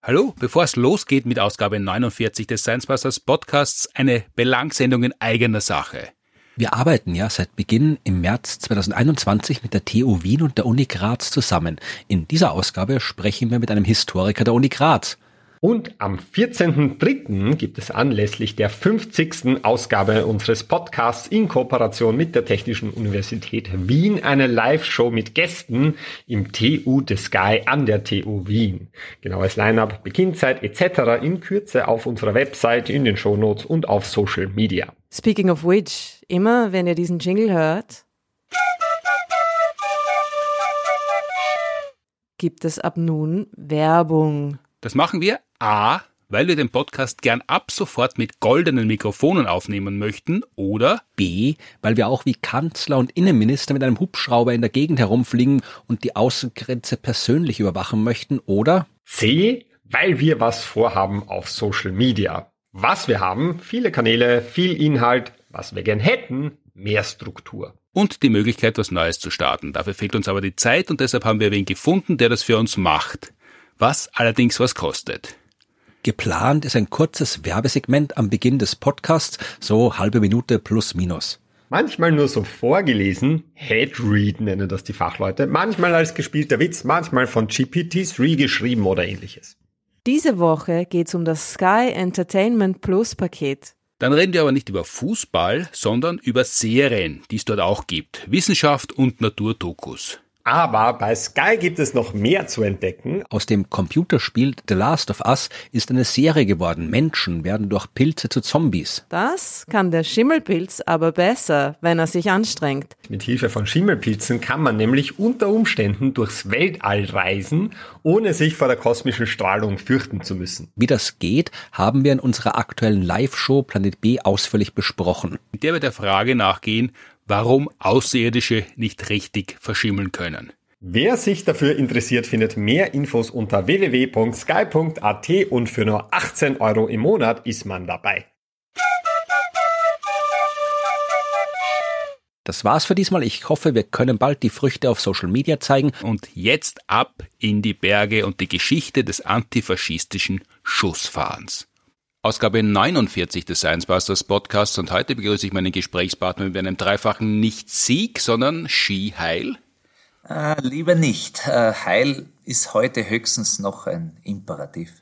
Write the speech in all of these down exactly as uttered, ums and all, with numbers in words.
Hallo, bevor es losgeht mit Ausgabe neunundvierzig des Science Busters Podcasts, eine Belangsendung in eigener Sache. Wir arbeiten ja seit Beginn im März zweitausendeinundzwanzig mit der T U Wien und der Uni Graz zusammen. In dieser Ausgabe sprechen wir mit einem Historiker der Uni Graz. Und am vierzehnten dritten gibt es anlässlich der fünfzigsten Ausgabe unseres Podcasts in Kooperation mit der Technischen Universität Wien eine Live-Show mit Gästen im T U The Sky an der T U Wien. Genaues Line-Up, Beginnzeit et cetera in Kürze auf unserer Website, in den Shownotes und auf Social Media. Speaking of which, immer wenn ihr diesen Jingle hört, gibt es ab nun Werbung. Das machen wir A, weil wir den Podcast gern ab sofort mit goldenen Mikrofonen aufnehmen möchten, oder B, weil wir auch wie Kanzler und Innenminister mit einem Hubschrauber in der Gegend herumfliegen und die Außengrenze persönlich überwachen möchten, oder C, weil wir was vorhaben auf Social Media. Was wir haben, viele Kanäle, viel Inhalt, was wir gern hätten, mehr Struktur. Und die Möglichkeit, was Neues zu starten. Dafür fehlt uns aber die Zeit und deshalb haben wir wen gefunden, der das für uns macht. Was allerdings was kostet. Geplant ist ein kurzes Werbesegment am Beginn des Podcasts, so halbe Minute plus minus. Manchmal nur so vorgelesen, Headread nennen das die Fachleute, manchmal als gespielter Witz, manchmal von G P T drei geschrieben oder ähnliches. Diese Woche geht's um das Sky Entertainment Plus Paket. Dann reden wir aber nicht über Fußball, sondern über Serien, die es dort auch gibt. Wissenschaft und Naturdokus. Aber bei Sky gibt es noch mehr zu entdecken. Aus dem Computerspiel The Last of Us ist eine Serie geworden. Menschen werden durch Pilze zu Zombies. Das kann der Schimmelpilz aber besser, wenn er sich anstrengt. Mit Hilfe von Schimmelpilzen kann man nämlich unter Umständen durchs Weltall reisen, ohne sich vor der kosmischen Strahlung fürchten zu müssen. Wie das geht, haben wir in unserer aktuellen Live-Show Planet B ausführlich besprochen. Mit der wir der Frage nachgehen, warum Außerirdische nicht richtig verschimmeln können. Wer sich dafür interessiert, findet mehr Infos unter w w w punkt sky punkt a t und für nur achtzehn Euro im Monat ist man dabei. Das war's für diesmal. Ich hoffe, wir können bald die Früchte auf Social Media zeigen. Und jetzt ab in die Berge und die Geschichte des antifaschistischen Schussfahrens. Ausgabe neunundvierzig des Science Busters Podcasts und heute begrüße ich meinen Gesprächspartner mit einem dreifachen Nicht-Sieg, sondern Ski-Heil. Äh, lieber nicht. Äh, Heil ist heute höchstens noch ein Imperativ.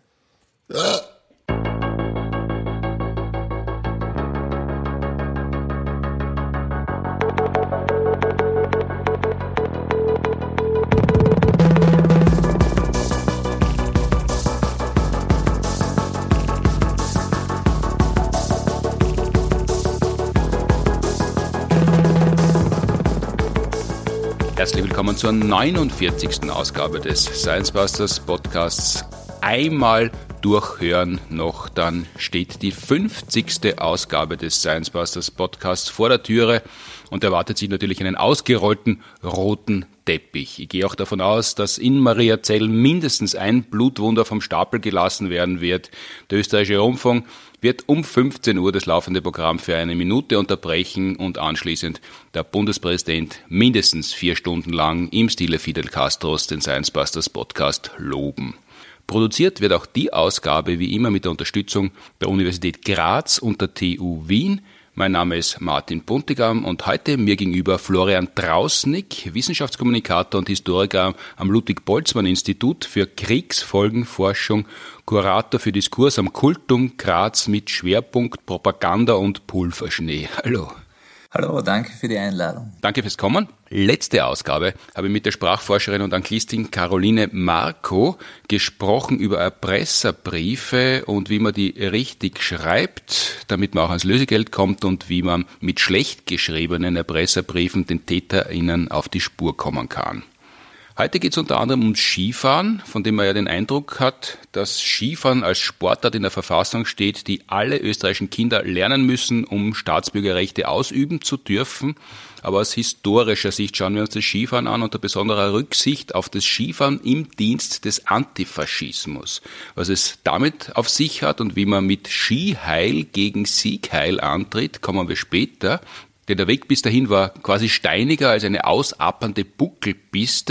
Herzlich willkommen zur neunundvierzigsten Ausgabe des Science Busters Podcasts. Einmal durchhören noch, dann steht die fünfzigste Ausgabe des Science Busters Podcasts vor der Türe und erwartet sich natürlich einen ausgerollten roten Teppich. Ich gehe auch davon aus, dass in Mariazell mindestens ein Blutwunder vom Stapel gelassen werden wird. Der österreichische Rundfunk wird um fünfzehn Uhr das laufende Programm für eine Minute unterbrechen und anschließend der Bundespräsident mindestens vier Stunden lang im Stile Fidel Castros den Science Busters Podcast loben. Produziert wird auch die Ausgabe wie immer mit der Unterstützung der Universität Graz und der T U Wien. Mein Name ist Martin Puntigam und heute mir gegenüber Florian Trausnick, Wissenschaftskommunikator und Historiker am Ludwig-Boltzmann-Institut für Kriegsfolgenforschung, Kurator für Diskurs am Kultum Graz mit Schwerpunkt Propaganda und Pulverschnee. Hallo. Hallo, danke für die Einladung. Danke fürs Kommen. Letzte Ausgabe habe ich mit der Sprachforscherin und Anglistin Caroline Marco gesprochen über Erpresserbriefe und wie man die richtig schreibt, damit man auch ans Lösegeld kommt und wie man mit schlecht geschriebenen Erpresserbriefen den TäterInnen auf die Spur kommen kann. Heute geht es unter anderem ums Skifahren, von dem man ja den Eindruck hat, dass Skifahren als Sportart in der Verfassung steht, die alle österreichischen Kinder lernen müssen, um Staatsbürgerrechte ausüben zu dürfen. Aber aus historischer Sicht schauen wir uns das Skifahren an unter besonderer Rücksicht auf das Skifahren im Dienst des Antifaschismus. Was es damit auf sich hat und wie man mit Skiheil gegen Siegheil antritt, kommen wir später. Denn der Weg bis dahin war quasi steiniger als eine ausapernde Buckelpiste.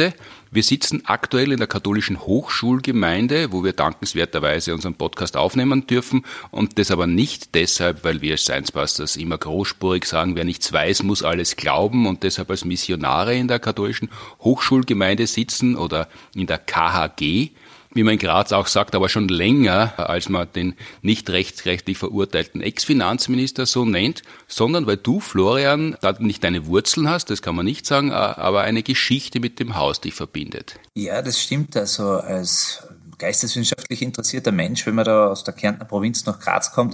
Wir sitzen aktuell in der katholischen Hochschulgemeinde, wo wir dankenswerterweise unseren Podcast aufnehmen dürfen, und das aber nicht deshalb, weil wir als Sciencebusters immer großspurig sagen, wer nichts weiß, muss alles glauben und deshalb als Missionare in der katholischen Hochschulgemeinde sitzen oder in der K H G, wie man in Graz auch sagt, aber schon länger, als man den nicht rechtsrechtlich verurteilten Ex-Finanzminister so nennt, sondern weil du, Florian, da nicht deine Wurzeln hast, das kann man nicht sagen, aber eine Geschichte mit dem Haus dich verbindet. Ja, das stimmt. Also als geisteswissenschaftlich interessierter Mensch, wenn man da aus der Kärntner Provinz nach Graz kommt,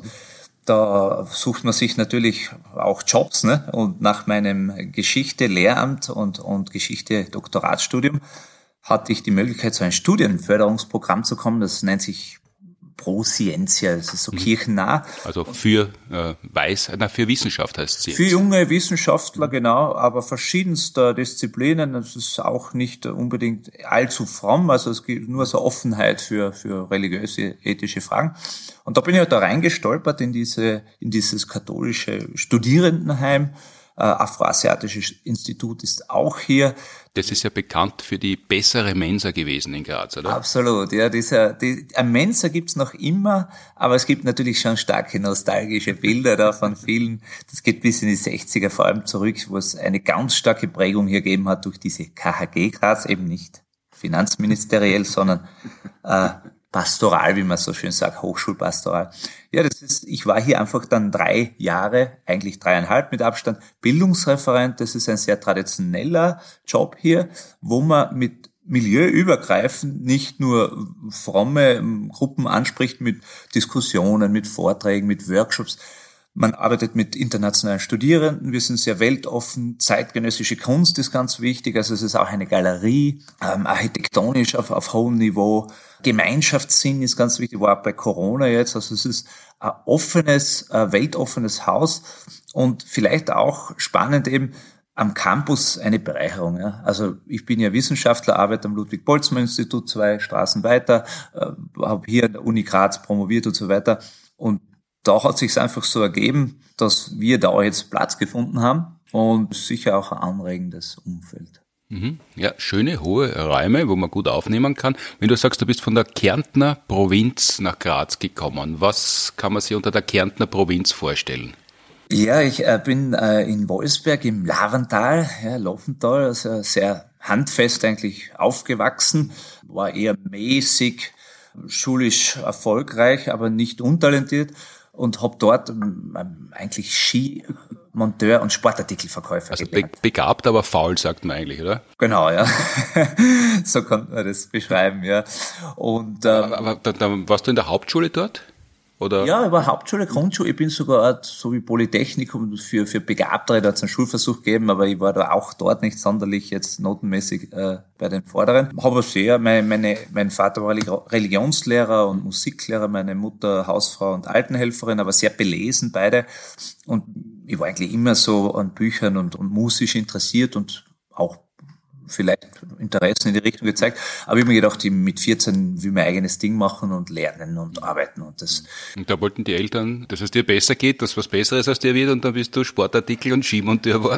da sucht man sich natürlich auch Jobs, ne? Und nach meinem Geschichte-Lehramt und, und Geschichte-Doktoratsstudium hatte ich die Möglichkeit, zu einem Studienförderungsprogramm zu kommen. Das nennt sich Pro Scientia, das ist so mhm. kirchennah. Also für äh, Weiß, na, für Wissenschaft heißt es jetzt. Für junge Wissenschaftler, genau, aber verschiedenster Disziplinen. Das ist auch nicht unbedingt allzu fromm, also es gibt nur so Offenheit für für religiöse, ethische Fragen. Und da bin ich halt da reingestolpert in diese in dieses katholische Studierendenheim. Äh, Afroasiatisches Institut ist auch hier. Das ist ja bekannt für die bessere Mensa gewesen in Graz, oder? Absolut, ja. Dieser, die, eine Mensa gibt's noch immer, aber es gibt natürlich schon starke nostalgische Bilder da von vielen. Das geht bis in die sechziger vor allem zurück, wo es eine ganz starke Prägung hier gegeben hat durch diese K H G Graz, eben nicht finanzministeriell, sondern äh, pastoral, wie man so schön sagt, Hochschulpastoral. Ja, das ist, ich war hier einfach dann drei Jahre, eigentlich dreieinhalb mit Abstand, Bildungsreferent. Das ist ein sehr traditioneller Job hier, wo man mit milieuübergreifend nicht nur fromme Gruppen anspricht mit Diskussionen, mit Vorträgen, mit Workshops. Man arbeitet mit internationalen Studierenden, wir sind sehr weltoffen, zeitgenössische Kunst ist ganz wichtig, also es ist auch eine Galerie, ähm, architektonisch auf, auf hohem Niveau, Gemeinschaftssinn ist ganz wichtig, war auch bei Corona jetzt, also es ist ein offenes, ein weltoffenes Haus und vielleicht auch spannend eben, am Campus eine Bereicherung. Ja. Also ich bin ja Wissenschaftler, arbeite am Ludwig-Boltzmann-Institut, zwei Straßen weiter, äh, habe hier an der Uni Graz promoviert und so weiter und da hat sich einfach so ergeben, dass wir da jetzt Platz gefunden haben und sicher auch ein anregendes Umfeld. Mhm. Ja, schöne, hohe Räume, wo man gut aufnehmen kann. Wenn du sagst, du bist von der Kärntner Provinz nach Graz gekommen, was kann man sich unter der Kärntner Provinz vorstellen? Ja, ich äh, bin äh, in Wolfsberg im Lavental, ja, Laufental, also sehr handfest eigentlich aufgewachsen, war eher mäßig, schulisch erfolgreich, aber nicht untalentiert. Und habe dort ähm, eigentlich Ski, Monteur und Sportartikelverkäufer also gelernt. Also be- begabt, aber faul, sagt man eigentlich, oder? Genau, ja. So kann man das beschreiben, ja. Und ähm, aber, aber da, da warst du in der Hauptschule dort? Oder? Ja, über Hauptschule, Grundschule. Ich bin sogar so wie Polytechnikum für für Begabtere, da hat es einen Schulversuch gegeben, aber ich war da auch dort nicht sonderlich jetzt notenmäßig äh, bei den Vorderen. Habe sehr, meine, meine, mein Vater war Religionslehrer und Musiklehrer, meine Mutter Hausfrau und Altenhelferin, aber sehr belesen beide. Und ich war eigentlich immer so an Büchern und, und musisch interessiert und auch vielleicht Interessen in die Richtung gezeigt. Aber ich habe mir gedacht, ich mit vierzehn will mein eigenes Ding machen und lernen und arbeiten. Und das. Und da wollten die Eltern, dass es dir besser geht, dass was Besseres aus dir wird und dann bist du Sportartikel- und Skimonteur geworden.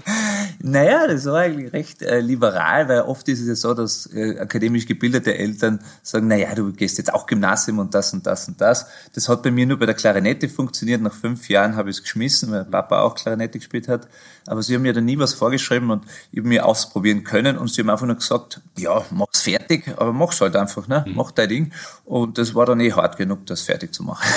Naja, das war eigentlich recht äh, liberal, weil oft ist es ja so, dass äh, akademisch gebildete Eltern sagen, naja, du gehst jetzt auch Gymnasium und das und das und das. Das hat bei mir nur bei der Klarinette funktioniert. Nach fünf Jahren habe ich es geschmissen, weil Papa auch Klarinette gespielt hat. Aber sie haben mir da nie was vorgeschrieben und ich habe mir ausprobieren können und sie haben einfach nur gesagt, ja, mach's fertig, aber mach's halt einfach, ne? Mach dein Ding. Und das war dann eh hart genug, das fertig zu machen.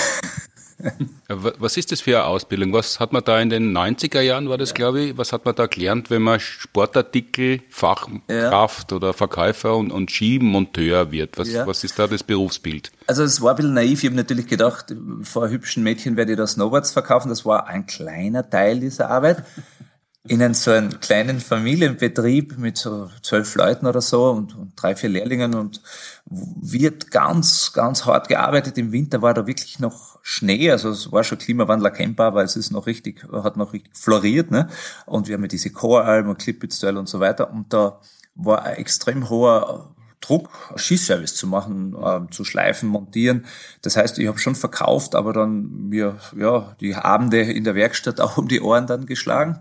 Was ist das für eine Ausbildung? Was hat man da in den neunziger Jahren, war das, ja. glaube ich, was hat man da gelernt, wenn man Sportartikel, Fachkraft ja. oder Verkäufer und, und Skimonteur wird? Was, ja. was ist da das Berufsbild? Also es war ein bisschen naiv. Ich habe natürlich gedacht, vor hübschen Mädchen werde ich da Snowboards verkaufen. Das war ein kleiner Teil dieser Arbeit. In einem so einem kleinen Familienbetrieb mit so zwölf Leuten oder so und, und drei, vier Lehrlingen und wird ganz, ganz hart gearbeitet. Im Winter war da wirklich noch Schnee, also es war schon Klimawandel erkennbar, aber es ist noch richtig, hat noch richtig floriert, ne? Und wir haben ja diese Choralben und Clippitztal und so weiter und da war ein extrem hoher Druck, Skiservice zu machen, äh, zu schleifen, montieren. Das heißt, ich habe schon verkauft, aber dann mir ja die Abende in der Werkstatt auch um die Ohren dann geschlagen.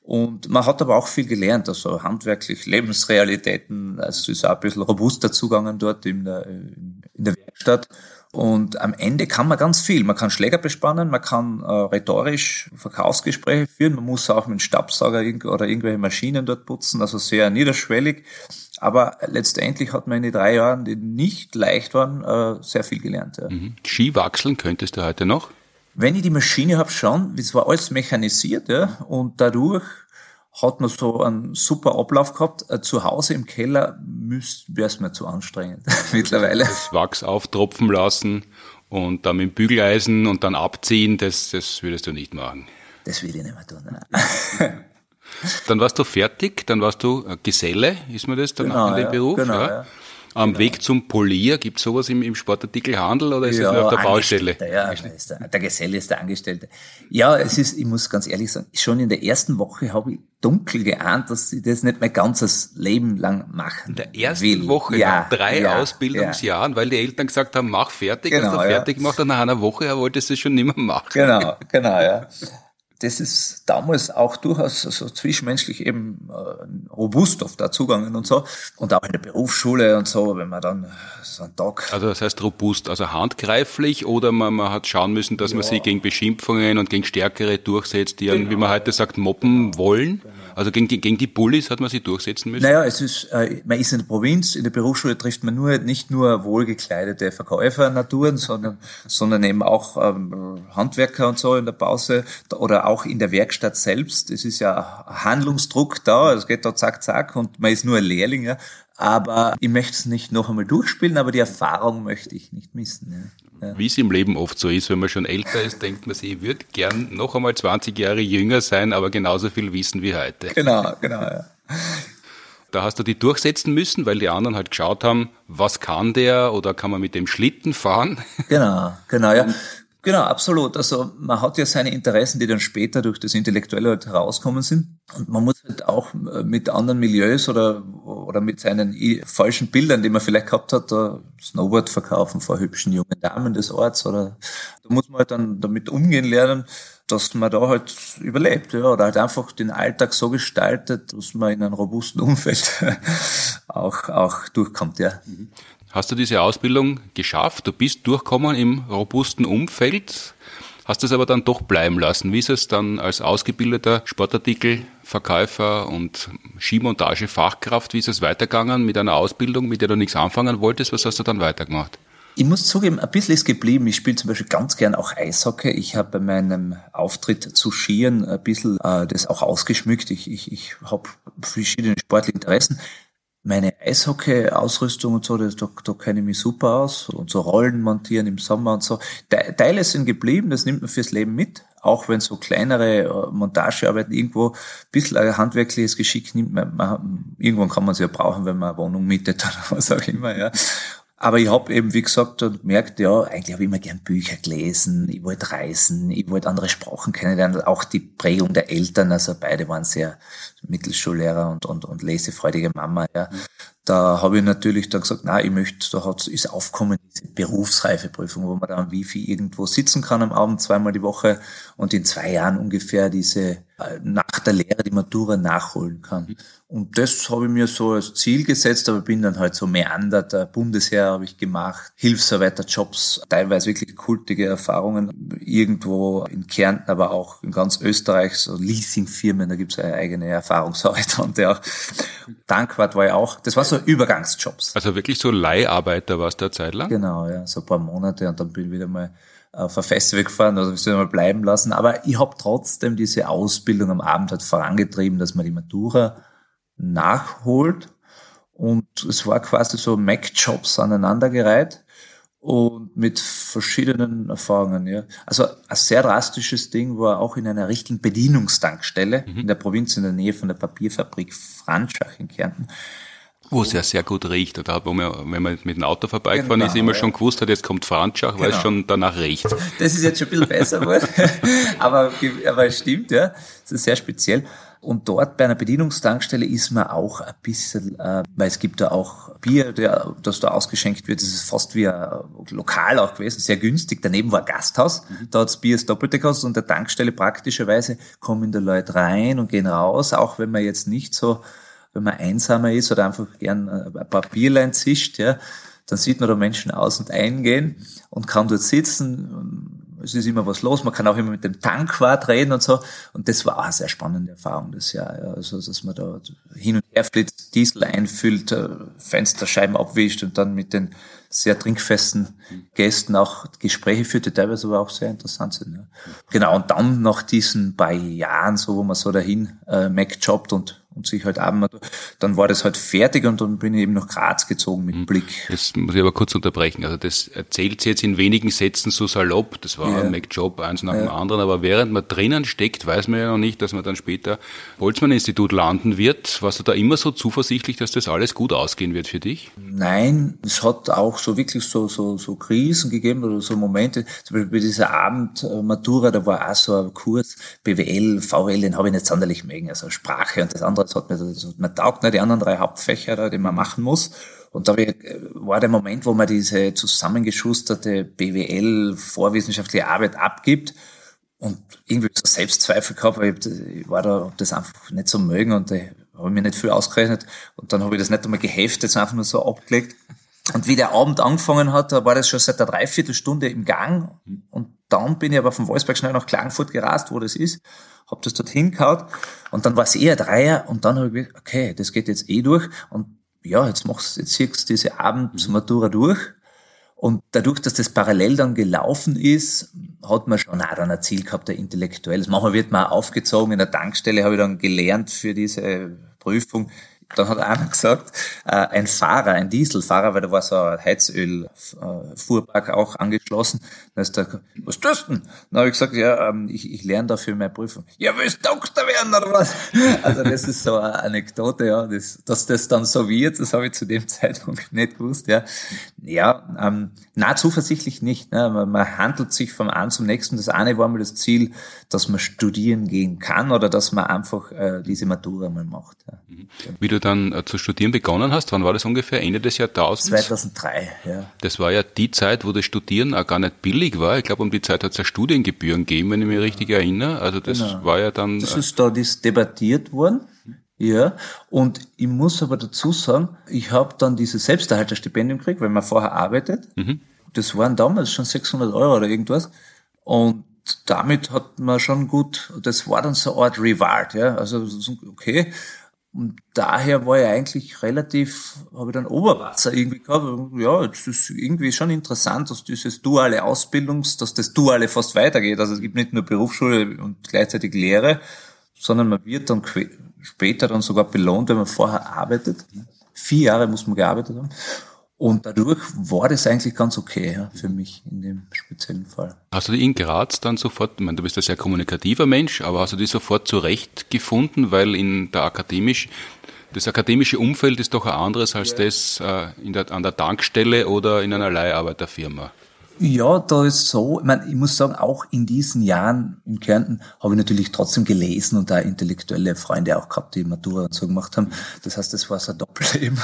Und man hat aber auch viel gelernt, also handwerklich, Lebensrealitäten, also es ist auch ein bisschen robuster zugegangen dort in der, in der Werkstatt. Und am Ende kann man ganz viel. Man kann Schläger bespannen, man kann äh, rhetorisch Verkaufsgespräche führen, man muss auch mit dem Staubsauger irg- oder irgendwelche Maschinen dort putzen, also sehr niederschwellig. Aber letztendlich hat man in den drei Jahren, die nicht leicht waren, äh, sehr viel gelernt. Ja. Mhm. Skiwachseln könntest du heute noch? Wenn ich die Maschine habe, schon, es war alles mechanisiert, ja, und dadurch hat man so einen super Ablauf gehabt. Äh, zu Hause im Keller wäre es mir zu anstrengend mittlerweile. Das Wachs auftropfen lassen und dann mit dem Bügeleisen und dann abziehen, das, das würdest du nicht machen. Das will ich nicht mehr tun. Nein. Dann warst du fertig, dann warst du Geselle, ist man das danach Genau, in dem ja, Beruf? genau, ja. ja. Am Genau. Weg zum Polier, gibt es sowas im, im Sportartikelhandel oder ist ja, das nur auf der Baustelle? Ja, ist der, der Geselle ist der Angestellte. Ja, es ist, ich muss ganz ehrlich sagen, schon in der ersten Woche habe ich dunkel geahnt, dass ich das nicht mein ganzes Leben lang machen In der ersten will. Woche, ja, nach drei ja, Ausbildungsjahren, ja. Weil die Eltern gesagt haben, mach fertig, genau, hast du ja. fertig gemacht und nach einer Woche wolltest du es schon nicht mehr machen. Genau, genau, ja. Das ist damals auch durchaus so zwischenmenschlich eben äh, robust oft dazugegangen und so. Und auch in der Berufsschule und so, wenn man dann so einen Tag... Also das heißt robust, also handgreiflich oder man, man hat schauen müssen, dass ja. man sich gegen Beschimpfungen und gegen Stärkere durchsetzt, die, genau. wie man heute sagt, mobben wollen. Also gegen die, gegen die Bullies hat man sich durchsetzen müssen? Naja, es ist, äh, man ist in der Provinz, in der Berufsschule trifft man nur, nicht nur wohlgekleidete Verkäufer-Naturen, sondern, sondern eben auch ähm, Handwerker und so in der Pause oder auch in der Werkstatt selbst. Es ist ja Handlungsdruck da, es geht da zack, zack und man ist nur ein Lehrling, ja. Aber ich möchte es nicht noch einmal durchspielen, aber die Erfahrung möchte ich nicht missen. Ja. Ja. Wie es im Leben oft so ist, wenn man schon älter ist, denkt man sich, ich würde gern noch einmal zwanzig Jahre jünger sein, aber genauso viel wissen wie heute. Genau, genau, ja. Da hast du die durchsetzen müssen, weil die anderen halt geschaut haben, was kann der oder kann man mit dem Schlitten fahren? Genau, genau, ja. Genau, absolut. Also man hat ja seine Interessen, die dann später durch das Intellektuelle halt herauskommen sind. Und man muss halt auch mit anderen Milieus oder oder mit seinen falschen Bildern, die man vielleicht gehabt hat, da Snowboard verkaufen vor hübschen jungen Damen des Orts. Oder da muss man halt dann damit umgehen lernen, dass man da halt überlebt, ja, oder halt einfach den Alltag so gestaltet, dass man in einem robusten Umfeld auch auch durchkommt, ja. Hast du diese Ausbildung geschafft? Du bist durchgekommen im robusten Umfeld, hast es aber dann doch bleiben lassen. Wie ist es dann als ausgebildeter Sportartikelverkäufer und Skimontagefachkraft, wie ist es weitergegangen mit einer Ausbildung, mit der du nichts anfangen wolltest? Was hast du dann weitergemacht? Ich muss zugeben, ein bisschen ist geblieben. Ich spiele zum Beispiel ganz gern auch Eishockey. Ich habe bei meinem Auftritt zu Skiern ein bisschen äh, das auch ausgeschmückt. Ich, ich, ich habe verschiedene sportliche Interessen. Meine Eishockey-Ausrüstung und so, das, da, da kenne ich mich super aus. Und so Rollen montieren im Sommer und so. Te- Teile sind geblieben, das nimmt man fürs Leben mit. Auch wenn so kleinere Montagearbeiten irgendwo ein bisschen ein handwerkliches Geschick nimmt. Man, man, irgendwann kann man es ja brauchen, wenn man eine Wohnung mietet oder was auch immer, ja. Aber ich habe eben, wie gesagt, gemerkt, ja, eigentlich habe ich immer gern Bücher gelesen, ich wollte reisen, ich wollte andere Sprachen kennenlernen, auch die Prägung der Eltern, also beide waren sehr Mittelschullehrer und, und, und lesefreudige Mama, ja. Da habe ich natürlich dann gesagt, na, ich möchte, da hat, ist aufkommen diese Berufsreifeprüfung, wo man da am Wifi irgendwo sitzen kann am Abend, zweimal die Woche und in zwei Jahren ungefähr diese, nach der Lehre die Matura nachholen kann. Und das habe ich mir so als Ziel gesetzt, aber bin dann halt so meandert. Der Bundesheer habe ich gemacht, Hilfsarbeiterjobs, teilweise wirklich kultige Erfahrungen, irgendwo in Kärnten, aber auch in ganz Österreich, so Leasingfirmen, da gibt es eine eigene Erfahrungshorizonte auch. Dankwart war ja auch, das war so Übergangsjobs. Also wirklich so Leiharbeiter warst du eine Zeit lang? Genau, ja, so ein paar Monate und dann bin ich wieder mal auf ein Festival gefahren, also ich soll mal bleiben lassen. Aber ich habe trotzdem diese Ausbildung am Abend halt vorangetrieben, dass man die Matura nachholt. Und es war quasi so Mac-Jobs aneinandergereiht und mit verschiedenen Erfahrungen. Ja. Also ein sehr drastisches Ding war auch in einer richtigen Bedienungstankstelle mhm. in der Provinz in der Nähe von der Papierfabrik Franschach in Kärnten. Wo es ja sehr gut riecht, oder wo man, wenn man mit dem Auto vorbeigefahren genau, ist, immer ja. schon gewusst hat, jetzt kommt Franschach, weil genau. es schon danach riecht. Das ist jetzt schon ein bisschen besser geworden, aber, aber es stimmt, ja, das ist sehr speziell. Und dort bei einer Bedienungstankstelle ist man auch ein bisschen, äh, weil es gibt da auch Bier, der, das da ausgeschenkt wird. Das ist fast wie ein Lokal auch gewesen, sehr günstig. Daneben war ein Gasthaus. Mhm. Da hat das Bier das Doppelte gekostet und der Tankstelle praktischerweise kommen da Leute rein und gehen raus, auch wenn man jetzt nicht so, wenn man einsamer ist oder einfach gern ein paar Bierlein zischt, ja, dann sieht man da Menschen aus- und eingehen und kann dort sitzen. Es ist immer was los, man kann auch immer mit dem Tankwart reden und so. Und das war auch eine sehr spannende Erfahrung das Jahr. Ja. Also, dass man da hin und her flitzt, Diesel einfüllt, Fensterscheiben abwischt und dann mit den sehr trinkfesten Gästen auch Gespräche führt, die teilweise aber auch sehr interessant sind. Ja. Genau, und dann nach diesen paar Jahren, so wo man so dahin äh, megjobbt und und sich halt abends, dann war das halt fertig und dann bin ich eben nach Graz gezogen mit Blick. Das muss ich aber kurz unterbrechen. Also das erzählt sie jetzt in wenigen Sätzen so salopp. Das war yeah. ein Mac-Job, eins nach ja. dem anderen. Aber während man drinnen steckt, weiß man ja noch nicht, dass man dann später Boltzmann-Institut landen wird. Warst du da immer so zuversichtlich, dass das alles gut ausgehen wird für dich? Nein, es hat auch so wirklich so, so, so Krisen gegeben oder so Momente. Zum Beispiel bei dieser Abend-Matura, da war auch so ein Kurs, B W L, V W L, den habe ich nicht sonderlich mögen. Also Sprache und das andere. Das hat mir, das hat mir taugt, ne, die anderen drei Hauptfächer, da, die man machen muss. Und da war der Moment, wo man diese zusammengeschusterte B W L vorwissenschaftliche Arbeit abgibt und irgendwie so Selbstzweifel gehabt, weil ich, ich war da, hab das einfach nicht so mögen und da habe ich mir nicht viel ausgerechnet und dann habe ich das nicht einmal geheftet, sondern einfach nur so abgelegt. Und wie der Abend angefangen hat, da war das schon seit einer Dreiviertelstunde im Gang und dann bin ich aber von Wolfsberg schnell nach Klagenfurt gerast, wo das ist, hab das dort hingehauen und dann war es eher Dreier und dann habe ich gedacht, okay, das geht jetzt eh durch und ja, jetzt machst jetzt ziehst du diese Abendmatura durch und dadurch, dass das parallel dann gelaufen ist, hat man schon auch dann ein Ziel gehabt, ein intellektuelles. Manchmal wird man auch aufgezogen, in der Tankstelle habe ich dann gelernt für diese Prüfung. Dann hat einer gesagt, äh, ein Fahrer, ein Dieselfahrer, weil da war so ein Heizöl-Fuhrpark auch angeschlossen. Da ist der, was tust du denn? Dann habe ich gesagt, ja, ähm, ich, ich lerne dafür meine Prüfung. Ja, willst du Doktor werden oder was? Also das ist so eine Anekdote, ja, das, dass das dann so wird, das habe ich zu dem Zeitpunkt nicht gewusst, ja. Ja, ähm, na, zuversichtlich nicht, ne? Man, man handelt sich vom einen zum nächsten. Das eine war mal das Ziel, dass man studieren gehen kann oder dass man einfach äh, diese Matura mal macht, ja. Wie du dann äh, zu studieren begonnen hast, wann war das ungefähr? Ende des Jahrtausends? zweitausenddrei, ja. Das war ja die Zeit, wo das Studieren auch gar nicht billig war. Ich glaube, um die Zeit hat es ja Studiengebühren gegeben, wenn ich mich richtig erinnere. Also das genau. war ja dann... Das ist da das debattiert worden. Ja, und ich muss aber dazu sagen, ich habe dann dieses Selbsterhalterstipendium gekriegt, weil man vorher arbeitet. Mhm. Das waren damals schon sechshundert Euro oder irgendwas. Und damit hat man schon gut, das war dann so eine Art Reward, ja. Also, okay. Und daher war ich eigentlich relativ, habe ich dann Oberwasser irgendwie gehabt. Ja, es ist irgendwie schon interessant, dass dieses duale Ausbildungs, dass das duale fast weitergeht. Also es gibt nicht nur Berufsschule und gleichzeitig Lehre, sondern man wird dann später dann sogar belohnt, wenn man vorher arbeitet. Vier Jahre muss man gearbeitet haben. Und dadurch war das eigentlich ganz okay, ja, für mich in dem speziellen Fall. Hast du dich in Graz dann sofort, ich meine, du bist ein sehr kommunikativer Mensch, aber hast du dich sofort zurechtgefunden, weil in der akademisch, das akademische Umfeld ist doch ein anderes als ja. das äh, in der, an der Tankstelle oder in einer Leiharbeiterfirma? Ja, da ist so, ich meine, ich muss sagen, auch in diesen Jahren in Kärnten habe ich natürlich trotzdem gelesen und da intellektuelle Freunde auch gehabt, die Matura und so gemacht haben. Das heißt, das war so ein Doppelleben.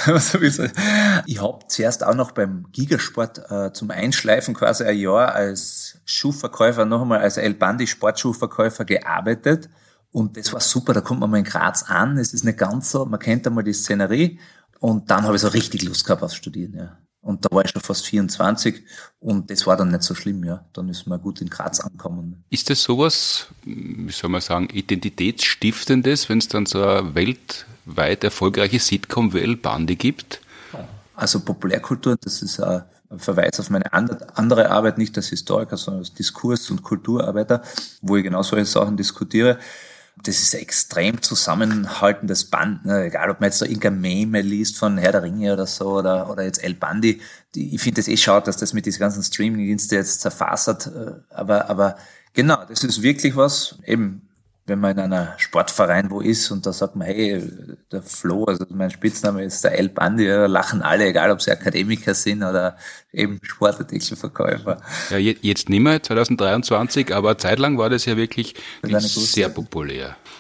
Ich habe zuerst auch noch beim Gigasport äh, zum Einschleifen quasi ein Jahr als Schuhverkäufer, noch einmal als El Bandi Sportschuhverkäufer gearbeitet. Und das war super, da kommt man mal in Graz an, es ist nicht ganz so, man kennt einmal die Szenerie und dann habe ich so richtig Lust gehabt aufs Studieren, ja. Und da war ich schon fast vierundzwanzig und das war dann nicht so schlimm, ja. Dann ist man gut in Graz angekommen. Ist das sowas, wie soll man sagen, Identitätsstiftendes, wenn es dann so eine weltweit erfolgreiche Sitcom wie El Bandi gibt? Also Populärkultur, das ist ein Verweis auf meine andere Arbeit, nicht als Historiker, sondern als Diskurs- und Kulturarbeiter, wo ich genau solche Sachen diskutiere. Das ist ein extrem zusammenhaltendes Band, ne? Egal ob man jetzt da irgendein Meme liest von Herr der Ringe oder so, oder, oder jetzt El Bandi. Die, ich finde das eh schade, dass das mit diesen ganzen Streaming-Diensten jetzt zerfasert, aber, aber genau, das ist wirklich was, eben, wenn man in einer Sportverein wo ist und da sagt man, hey, der Flo, also mein Spitzname ist der El Bandi, da lachen alle, egal ob sie Akademiker sind oder eben Sportartikelverkäufer. Ja, jetzt nicht mehr, zwanzig dreiundzwanzig, aber zeitlang war das ja wirklich sehr populär.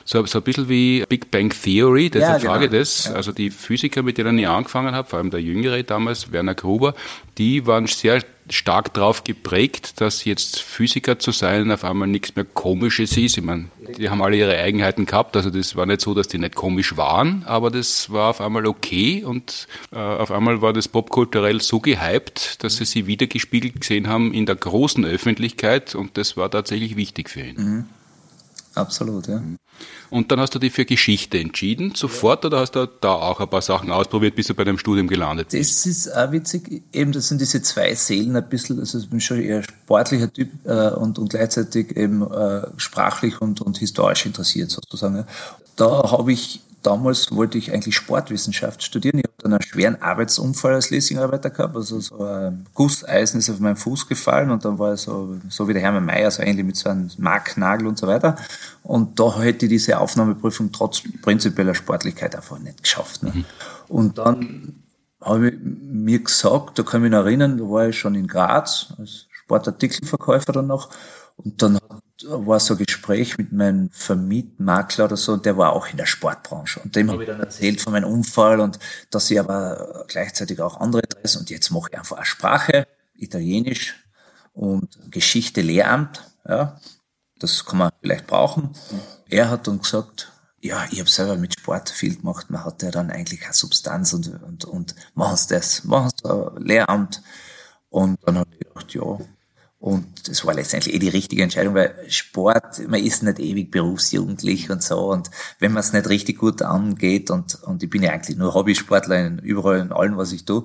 So, so ein bisschen wie Big Bang Theory, deshalb Ja, genau. frage ich das. Ja. Also die Physiker, mit denen ich angefangen habe, vor allem der Jüngere damals, Werner Gruber, die waren sehr stark darauf geprägt, dass jetzt Physiker zu sein auf einmal nichts mehr Komisches ist. Ich meine, die haben alle ihre Eigenheiten gehabt, also das war nicht so, dass die nicht komisch waren, aber das war auf einmal okay und äh, auf einmal war das popkulturell so gehypt, dass sie sie wiedergespiegelt gesehen haben in der großen Öffentlichkeit und das war tatsächlich wichtig für ihn. Mhm. Absolut, ja. Und dann hast du dich für Geschichte entschieden, sofort, oder hast du da auch ein paar Sachen ausprobiert, bis du bei deinem Studium gelandet bist? Das ist auch witzig, eben das sind diese zwei Seelen ein bisschen, also ich bin schon eher sportlicher Typ äh, und, und gleichzeitig eben äh, sprachlich und, und historisch interessiert sozusagen. Ja. Da habe ich, damals wollte ich eigentlich Sportwissenschaft studieren. Ich habe dann einen schweren Arbeitsunfall als Leasingarbeiter gehabt, also so ein Gusseisen ist auf meinen Fuß gefallen und dann war ich so, so wie der Hermann Mayer, so ähnlich mit so einem Marknagel und so weiter. Und da hätte ich diese Aufnahmeprüfung trotz prinzipieller Sportlichkeit einfach nicht geschafft. Ne? Mhm. Und dann habe ich mir gesagt, da kann ich mich noch erinnern, da war ich schon in Graz als Sportartikelverkäufer dann noch und dann war so ein Gespräch mit meinem Vermietmakler oder so und der war auch in der Sportbranche und dem habe ich dann erzählt von meinem Unfall und dass ich aber gleichzeitig auch andere Interessen und jetzt mache ich einfach eine Sprache, Italienisch und Geschichte Lehramt, ja, das kann man vielleicht brauchen. Er hat dann gesagt, ja, ich habe selber mit Sport viel gemacht, man hat ja dann eigentlich keine Substanz und, und, und machen Sie das, machen Sie ein Lehramt. Und dann habe ich gedacht, ja, und das war letztendlich eh die richtige Entscheidung, weil Sport, man ist nicht ewig berufsjugendlich und so und wenn man es nicht richtig gut angeht und, und ich bin ja eigentlich nur Hobbysportler in, überall in allem, was ich tue.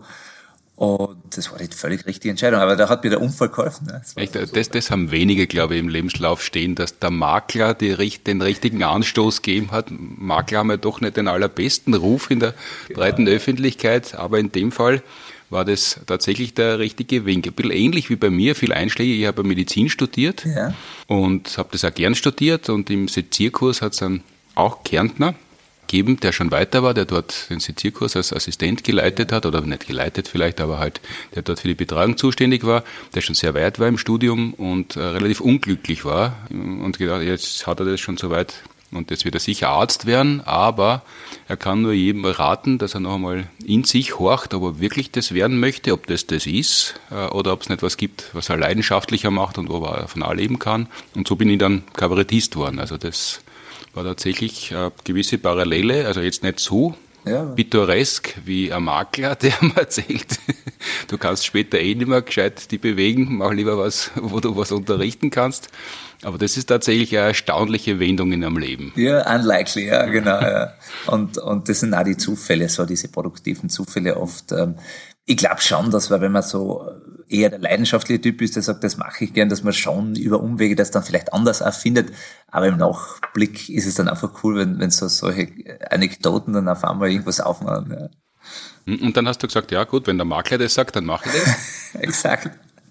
Und das war die völlig richtige Entscheidung. Aber da hat mir der Unfall geholfen. Ne? Das, Echt, das, das haben wenige, glaube ich, im Lebenslauf stehen, dass der Makler die, den richtigen Anstoß gegeben hat. Makler haben ja doch nicht den allerbesten Ruf in der breiten genau. Öffentlichkeit, aber in dem Fall war das tatsächlich der richtige Wink. Ein bisschen ähnlich wie bei mir, viel Einschläge. Ich habe Medizin studiert ja. und habe das auch gern studiert und im Sezierkurs hat es dann auch Kärntner gegeben, der schon weiter war, der dort den Sezierkurs als Assistent geleitet hat, oder nicht geleitet vielleicht, aber halt, der dort für die Betreuung zuständig war, der schon sehr weit war im Studium und äh, relativ unglücklich war und gedacht, jetzt hat er das schon so weit und jetzt wird er sicher Arzt werden, aber er kann nur jedem raten, dass er noch einmal in sich horcht, ob er wirklich das werden möchte, ob das das ist äh, oder ob es nicht was gibt, was er leidenschaftlicher macht und wo er davon auch leben kann. Und so bin ich dann Kabarettist worden. Also das war tatsächlich eine gewisse Parallele, also jetzt nicht so ja. pittoresk wie ein Makler, der mir erzählt, du kannst später eh nicht mehr gescheit die bewegen, mach lieber was, wo du was unterrichten kannst. Aber das ist tatsächlich eine erstaunliche Wendung in einem Leben. Ja, unlikely, ja, genau. Ja. Und, und das sind auch die Zufälle, so diese produktiven Zufälle oft. Ich glaube schon, dass man, wenn man so eher der leidenschaftliche Typ ist, der sagt, das mache ich gern, dass man schon über Umwege das dann vielleicht anders auch findet. Aber im Nachblick ist es dann einfach cool, wenn, wenn so solche Anekdoten dann auf einmal irgendwas aufmachen. Ja. Und dann hast du gesagt, ja gut, wenn der Makler das sagt, dann mache ich das. Exakt.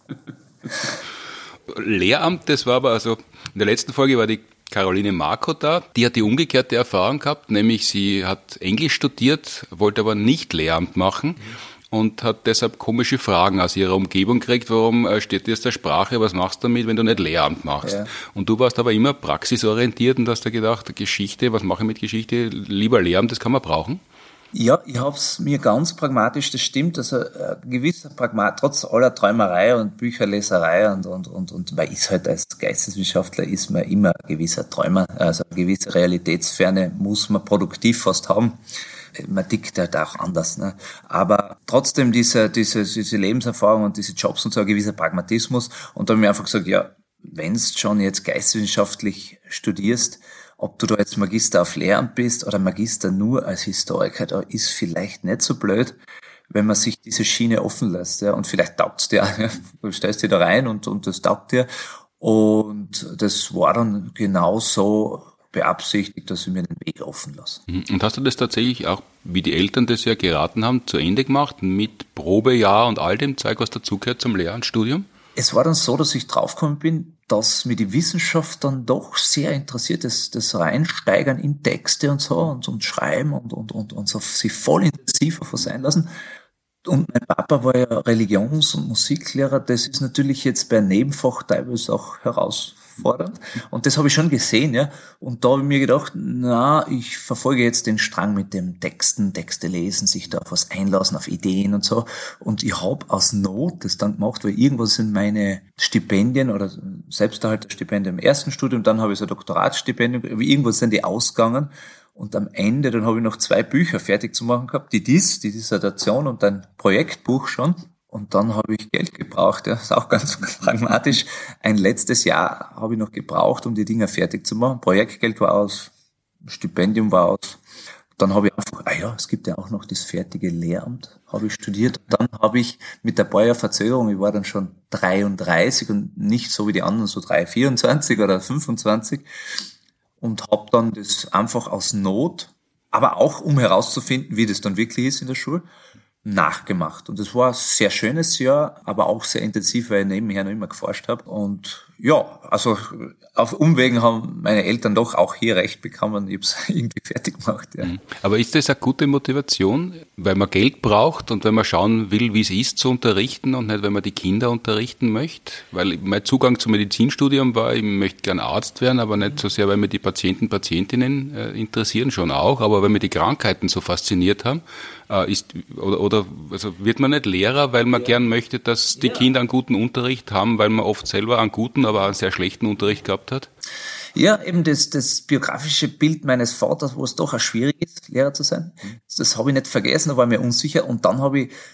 Lehramt, das war aber, also in der letzten Folge war die Caroline Marco da, die hat die umgekehrte Erfahrung gehabt, nämlich sie hat Englisch studiert, wollte aber nicht Lehramt machen und hat deshalb komische Fragen aus ihrer Umgebung gekriegt, warum steht dir aus der Sprache, was machst du damit, wenn du nicht Lehramt machst? Ja. Und du warst aber immer praxisorientiert und hast da gedacht, Geschichte, was mache ich mit Geschichte, lieber Lehramt, das kann man brauchen? Ja, ich hab's mir ganz pragmatisch, das stimmt, also ein gewisser Pragmat, trotz aller Träumerei und Bücherleserei und, und, und, und man ist halt als Geisteswissenschaftler ist man immer ein gewisser Träumer, also eine gewisse Realitätsferne muss man produktiv fast haben. Man tickt halt auch anders, ne? Aber trotzdem diese, diese, diese Lebenserfahrung und diese Jobs und so ein gewisser Pragmatismus und da habe ich mir einfach gesagt, ja, wenn's schon jetzt geisteswissenschaftlich studierst, ob du da jetzt Magister auf Lehramt bist oder Magister nur als Historiker, da ist vielleicht nicht so blöd, wenn man sich diese Schiene offen lässt, ja, und vielleicht taugt's dir, ja. Du stellst dich da rein und, und das taugt dir. Und das war dann genauso beabsichtigt, dass ich mir den Weg offen lasse. Und hast du das tatsächlich auch, wie die Eltern das ja geraten haben, zu Ende gemacht, mit Probejahr und all dem Zeug, was dazugehört zum Lehramtsstudium? Es war dann so, dass ich draufgekommen bin, dass mir die Wissenschaft dann doch sehr interessiert, das, das Reinsteigern in Texte und so und, und Schreiben und, und, und, und so sich voll intensiv auf was einlassen. Und mein Papa war ja Religions- und Musiklehrer. Das ist natürlich jetzt bei Nebenfach teilweise auch herausfordernd. Und das habe ich schon gesehen, ja. Und da habe ich mir gedacht, na, ich verfolge jetzt den Strang mit dem Texten, Texte lesen, sich da auf was einlassen, auf Ideen und so. Und ich habe aus Not das dann gemacht, weil irgendwas sind meine Stipendien oder Selbsterhalterstipendien im ersten Studium, dann habe ich so ein Doktoratsstipendium, irgendwas sind die ausgegangen. Und am Ende, dann habe ich noch zwei Bücher fertig zu machen gehabt, die Dis, die Dissertation und ein Projektbuch schon. Und dann habe ich Geld gebraucht, ja, das ist auch ganz pragmatisch. Ein letztes Jahr habe ich noch gebraucht, um die Dinger fertig zu machen. Projektgeld war aus, Stipendium war aus. Dann habe ich einfach, ah ja, es gibt ja auch noch das fertige Lehramt, habe ich studiert. Und dann habe ich mit der paar Jahr Verzögerung, ich war dann schon dreiunddreißig und nicht so wie die anderen so drei, vierundzwanzig oder fünfundzwanzig. Und habe dann das einfach aus Not, aber auch um herauszufinden, wie das dann wirklich ist in der Schule, nachgemacht. Und das war ein sehr schönes Jahr, aber auch sehr intensiv, weil ich nebenher noch immer geforscht habe. Und ja, also auf Umwegen haben meine Eltern doch auch hier recht bekommen. Ich habe es irgendwie fertig gemacht. Ja. Aber ist das eine gute Motivation, weil man Geld braucht und wenn man schauen will, wie es ist zu unterrichten und nicht, wenn man die Kinder unterrichten möchte? Weil mein Zugang zum Medizinstudium war, ich möchte gern Arzt werden, aber nicht so sehr, weil mir die Patienten, Patientinnen äh, interessieren, schon auch, aber weil mir die Krankheiten so fasziniert haben. Äh, ist, oder, oder also wird man nicht Lehrer, weil man ja. gern möchte, dass die ja. Kinder einen guten Unterricht haben, weil man oft selber einen guten, aber auch einen sehr schlechten Unterricht gehabt hat? Ja, eben das, das biografische Bild meines Vaters, wo es doch auch schwierig ist, Lehrer zu sein. Das habe ich nicht vergessen, da war ich mir unsicher. Und dann habe ich,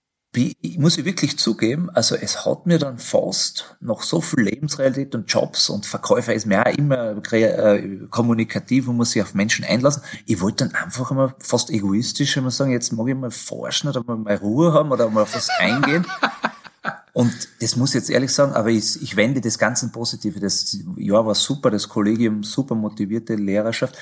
ich muss ich wirklich zugeben, also es hat mir dann fast noch so viel Lebensrealität und Jobs und Verkäufer ist mir auch immer äh, kommunikativ und muss sich auf Menschen einlassen. Ich wollte dann einfach immer fast egoistisch immer sagen, jetzt mag ich mal forschen oder mal Ruhe haben oder mal auf was eingehen. Und das muss ich jetzt ehrlich sagen, aber ich, ich wende das Ganze Positive. Das Jahr war super, das Kollegium, super motivierte Lehrerschaft.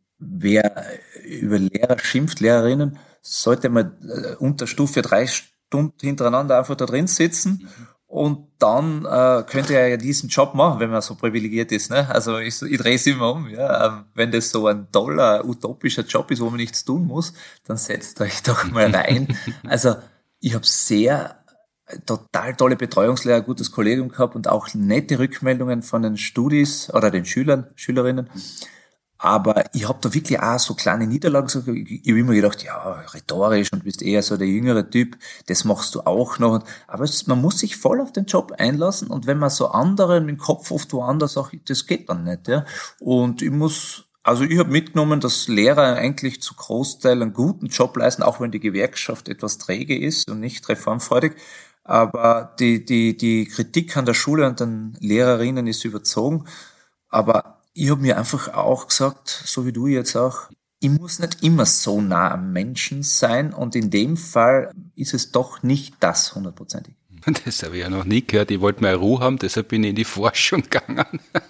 Wer über Lehrer schimpft, Lehrerinnen, sollte man unter Stufe drei Stunden hintereinander einfach da drin sitzen und dann äh, könnte er ja diesen Job machen, wenn man so privilegiert ist. Ne? Also ich, ich drehe es immer um. Ja? Wenn das so ein toller, utopischer Job ist, wo man nichts tun muss, dann setzt euch doch mal rein. Also ich habe sehr total tolle Betreuungslehrer, gutes Kollegium gehabt und auch nette Rückmeldungen von den Studis oder den Schülern, Schülerinnen. Aber ich habe da wirklich auch so kleine Niederlagen gesagt. Ich, ich habe immer gedacht, ja, rhetorisch und bist eher so der jüngere Typ, das machst du auch noch. Aber es, man muss sich voll auf den Job einlassen und wenn man so anderen mit dem Kopf oft woanders sagt, das geht dann nicht. Ja. Und ich muss, also ich habe mitgenommen, dass Lehrer eigentlich zu Großteil einen guten Job leisten, auch wenn die Gewerkschaft etwas träge ist und nicht reformfreudig. Aber die, die, die Kritik an der Schule und den Lehrerinnen ist überzogen. Aber ich habe mir einfach auch gesagt, so wie du jetzt auch, ich muss nicht immer so nah am Menschen sein und in dem Fall ist es doch nicht das hundertprozentig. Das habe ich ja noch nie gehört. Ich wollte mal Ruhe haben, deshalb bin ich in die Forschung gegangen.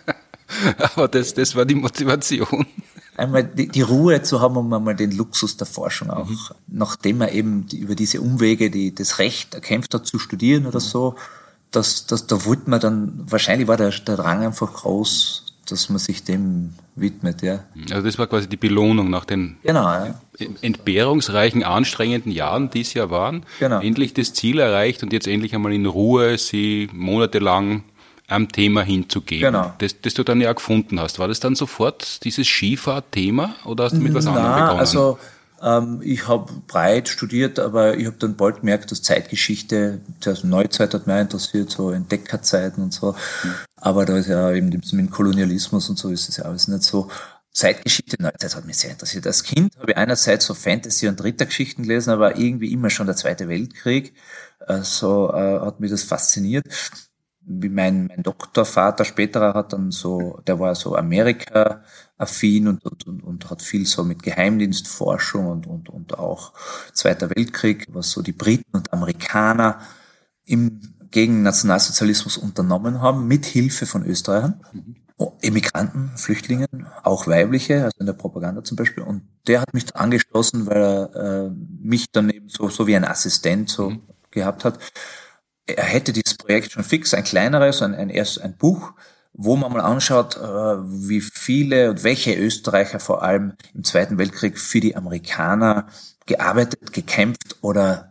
Aber das, das war die Motivation. Einmal die, die Ruhe zu haben, um einmal den Luxus der Forschung auch, mhm. nachdem er eben die, über diese Umwege, die das Recht erkämpft hat zu studieren oder so, dass, dass da wollte man dann, wahrscheinlich war der, der Drang einfach groß, dass man sich dem widmet, ja. Also das war quasi die Belohnung nach den genau, ja. entbehrungsreichen, anstrengenden Jahren, die es ja waren. Genau. Endlich das Ziel erreicht und jetzt endlich einmal in Ruhe sie monatelang am Thema hinzugeben, genau. das, das du dann ja gefunden hast. War das dann sofort dieses Skifahrt-Thema oder hast du mit was Na, anderem begonnen? Also ähm, ich habe breit studiert, aber ich habe dann bald gemerkt, dass Zeitgeschichte, also Neuzeit hat mich interessiert, so Entdeckerzeiten und so. Mhm. Aber da ist ja eben mit dem Kolonialismus und so ist es ja alles nicht so. Zeitgeschichte, Neuzeit hat mich sehr interessiert. Als Kind habe ich einerseits so Fantasy- und Rittergeschichten gelesen, aber irgendwie immer schon der Zweite Weltkrieg. Also äh, hat mich das fasziniert. Wie mein, mein Doktorvater späterer hat dann so, der war so Amerika-affin und, und, und, und hat viel so mit Geheimdienstforschung und, und, und auch Zweiter Weltkrieg, was so die Briten und Amerikaner im, gegen Nationalsozialismus unternommen haben, mit Hilfe von Österreichern. Mhm. Emigranten, Flüchtlingen, auch weibliche, also in der Propaganda zum Beispiel. Und der hat mich da angeschlossen, weil er äh, mich dann eben so, so wie ein Assistent so mhm. gehabt hat. Er hätte dieses Projekt schon fix, ein kleineres, ein, ein, erst ein Buch, wo man mal anschaut, wie viele und welche Österreicher vor allem im Zweiten Weltkrieg für die Amerikaner gearbeitet, gekämpft oder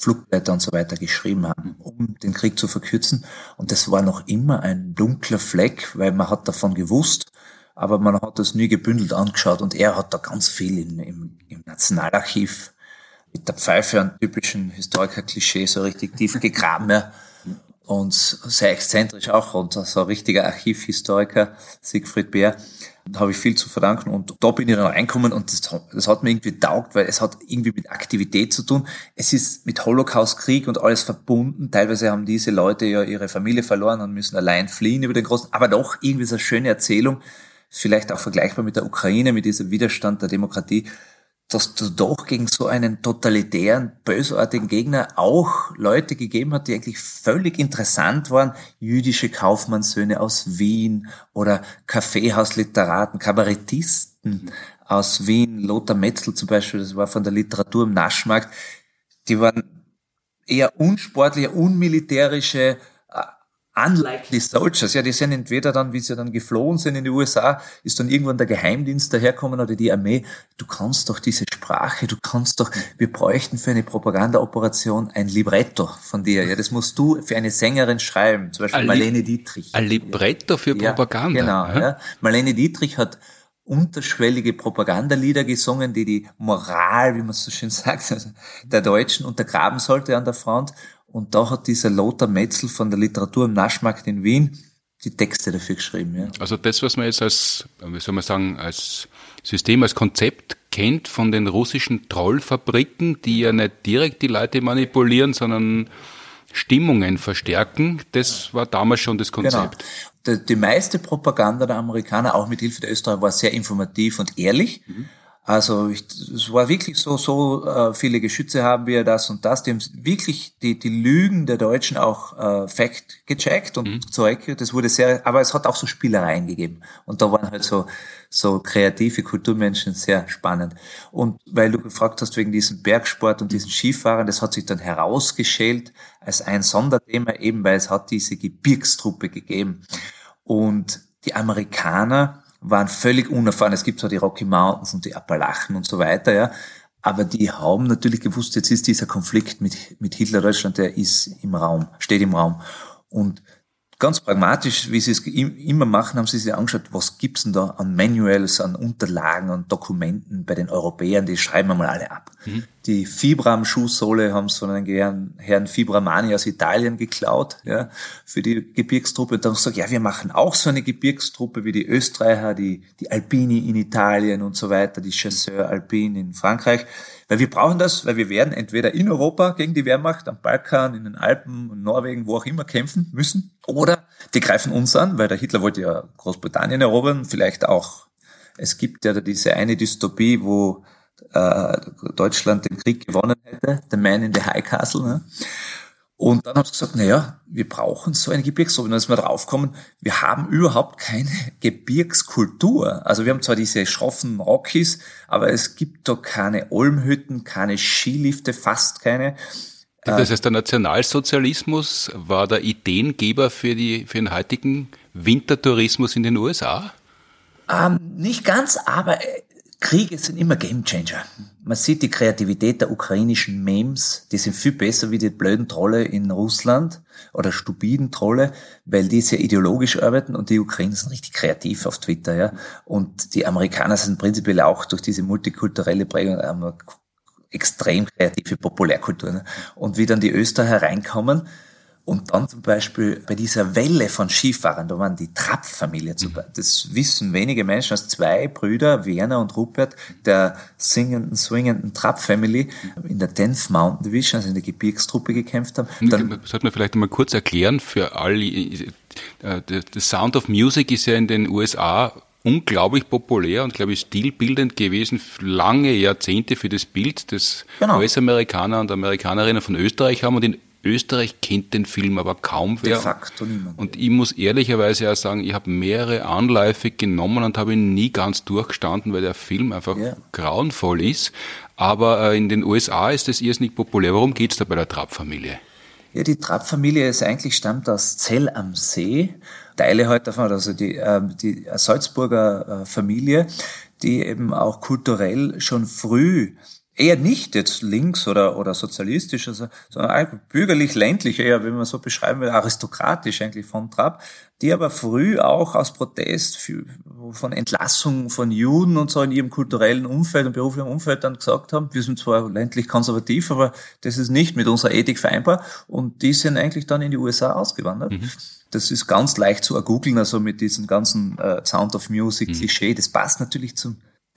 Flugblätter und so weiter geschrieben haben, um den Krieg zu verkürzen. Und das war noch immer ein dunkler Fleck, weil man hat davon gewusst, aber man hat das nie gebündelt angeschaut. Und er hat da ganz viel in, im, im Nationalarchiv mit der Pfeife und typischen Historiker-Klischee so richtig tief gegraben. Ja. Und sehr exzentrisch auch. Und so ein richtiger Archivhistoriker, Siegfried Beer, da habe ich viel zu verdanken. Und da bin ich dann reingekommen und das, das hat mir irgendwie taugt, weil es hat irgendwie mit Aktivität zu tun. Es ist mit Holocaust-Krieg und alles verbunden. Teilweise haben diese Leute ja ihre Familie verloren und müssen allein fliehen über den großen, aber doch irgendwie so eine schöne Erzählung. Vielleicht auch vergleichbar mit der Ukraine, mit diesem Widerstand der Demokratie, dass du doch gegen so einen totalitären, bösartigen Gegner auch Leute gegeben hat, die eigentlich völlig interessant waren. Jüdische Kaufmannssöhne aus Wien oder Kaffeehausliteraten, Kabarettisten aus Wien, Lothar Metzl zum Beispiel, das war von der Literatur im Naschmarkt. Die waren eher unsportliche, unmilitärische, unlikely soldiers, ja, die sind entweder dann, wie sie dann geflohen sind in die U S A, ist dann irgendwann der Geheimdienst daherkommen oder die Armee. Du kannst doch diese Sprache, du kannst doch, wir bräuchten für eine Propagandaoperation ein Libretto von dir. Ja, das musst du für eine Sängerin schreiben, zum Beispiel Marlene Dietrich. Ein Libretto für Propaganda. Ja, genau, ja. Marlene Dietrich hat unterschwellige Propagandalieder gesungen, die die Moral, wie man so schön sagt, also der Deutschen untergraben sollte an der Front. Und da hat dieser Lothar Metzl von der Literatur im Naschmarkt in Wien die Texte dafür geschrieben. Ja. Also das, was man jetzt als, wie soll man sagen, als System, als Konzept kennt von den russischen Trollfabriken, die ja nicht direkt die Leute manipulieren, sondern Stimmungen verstärken, das war damals schon das Konzept. Genau. Die, die meiste Propaganda der Amerikaner, auch mit Hilfe der Österreicher, war sehr informativ und ehrlich. Mhm. Also ich, es war wirklich so, so äh, viele Geschütze haben wir, das und das. Die haben wirklich die, die Lügen der Deutschen auch äh, fact gecheckt und mhm. Zeug. Das wurde sehr, aber es hat auch so Spielereien gegeben. Und da waren halt so so kreative Kulturmenschen sehr spannend. Und weil du gefragt hast wegen diesem Bergsport und diesen Skifahrern, das hat sich dann herausgeschält als ein Sonderthema, eben weil es hat diese Gebirgstruppe gegeben. Und die Amerikaner waren völlig unerfahren. Es gibt zwar die Rocky Mountains und die Appalachen und so weiter, ja, aber die haben natürlich gewusst, jetzt ist dieser Konflikt mit, mit Hitler-Deutschland, der ist im Raum, steht im Raum. Und ganz pragmatisch, wie sie es immer machen, haben sie sich angeschaut, was gibt's denn da an Manuals, an Unterlagen, an Dokumenten bei den Europäern, die schreiben wir mal alle ab. Mhm. Die Fibram-Schuhsohle haben sie von einem Herrn, Herrn Fibramani aus Italien geklaut, ja, für die Gebirgstruppe. Und dann haben sie gesagt, ja, wir machen auch so eine Gebirgstruppe wie die Österreicher, die, die Alpini in Italien und so weiter, die Chasseurs Alpines in Frankreich. Weil wir brauchen das, weil wir werden entweder in Europa gegen die Wehrmacht, am Balkan, in den Alpen, in Norwegen, wo auch immer kämpfen müssen, oder die greifen uns an, weil der Hitler wollte ja Großbritannien erobern, vielleicht auch, es gibt ja diese eine Dystopie, wo äh, Deutschland den Krieg gewonnen hätte, The Man in the High Castle, ne? Und dann haben sie gesagt, na ja, wir brauchen so eine Gebirgsgruppe. Und dann ist man draufgekommen, wir haben überhaupt keine Gebirgskultur. Also wir haben zwar diese schroffen Rockies, aber es gibt da keine Olmhütten, keine Skilifte, fast keine. Das heißt, der Nationalsozialismus war der Ideengeber für die für den heutigen Wintertourismus in den U S A? Ähm, nicht ganz, aber Kriege sind immer Gamechanger. Man sieht die Kreativität der ukrainischen Memes, die sind viel besser wie die blöden Trolle in Russland oder stupiden Trolle, weil die sehr ideologisch arbeiten und die Ukrainer sind richtig kreativ auf Twitter, ja. Und die Amerikaner sind prinzipiell auch durch diese multikulturelle Prägung ähm, extrem kreative Populärkultur. Ne? Und wie dann die Österreicher reinkommen und dann zum Beispiel bei dieser Welle von Skifahrern, da waren die Trapp-Familie, das wissen wenige Menschen, als zwei Brüder, Werner und Rupert, der singenden, swingenden Trapp-Family in der tenth Mountain Division, also in der Gebirgstruppe gekämpft haben. Dann sollte man vielleicht einmal kurz erklären für alle, The Sound of Music ist ja in den U S A unglaublich populär und, glaube ich, stilbildend gewesen, lange Jahrzehnte für das Bild, das genau. U S-Amerikaner und Amerikanerinnen von Österreich haben. Und in Österreich kennt den Film aber kaum wer. De facto niemand. Und ich muss ehrlicherweise auch sagen, ich habe mehrere Anläufe genommen und habe ihn nie ganz durchgestanden, weil der Film einfach ja. grauenvoll ist. Aber in den U S A ist das irrsinnig populär. Worum geht's da bei der Trapp-Familie? Ja, die Trapp-Familie ist eigentlich, stammt aus Zell am See. Teile halt davon, also die, äh, die Salzburger äh, Familie, die eben auch kulturell schon früh eher nicht jetzt links oder, oder sozialistisch, also, sondern bürgerlich-ländlich, eher, wenn man so beschreiben will, aristokratisch eigentlich von Trapp, die aber früh auch aus Protest für, von Entlassung von Juden und so in ihrem kulturellen Umfeld und beruflichen Umfeld dann gesagt haben, wir sind zwar ländlich konservativ, aber das ist nicht mit unserer Ethik vereinbar, und die sind eigentlich dann in die U S A ausgewandert. Mhm. Das ist ganz leicht zu ergoogeln, also mit diesem ganzen äh, Sound of Music mhm. Klischee, das passt natürlich zum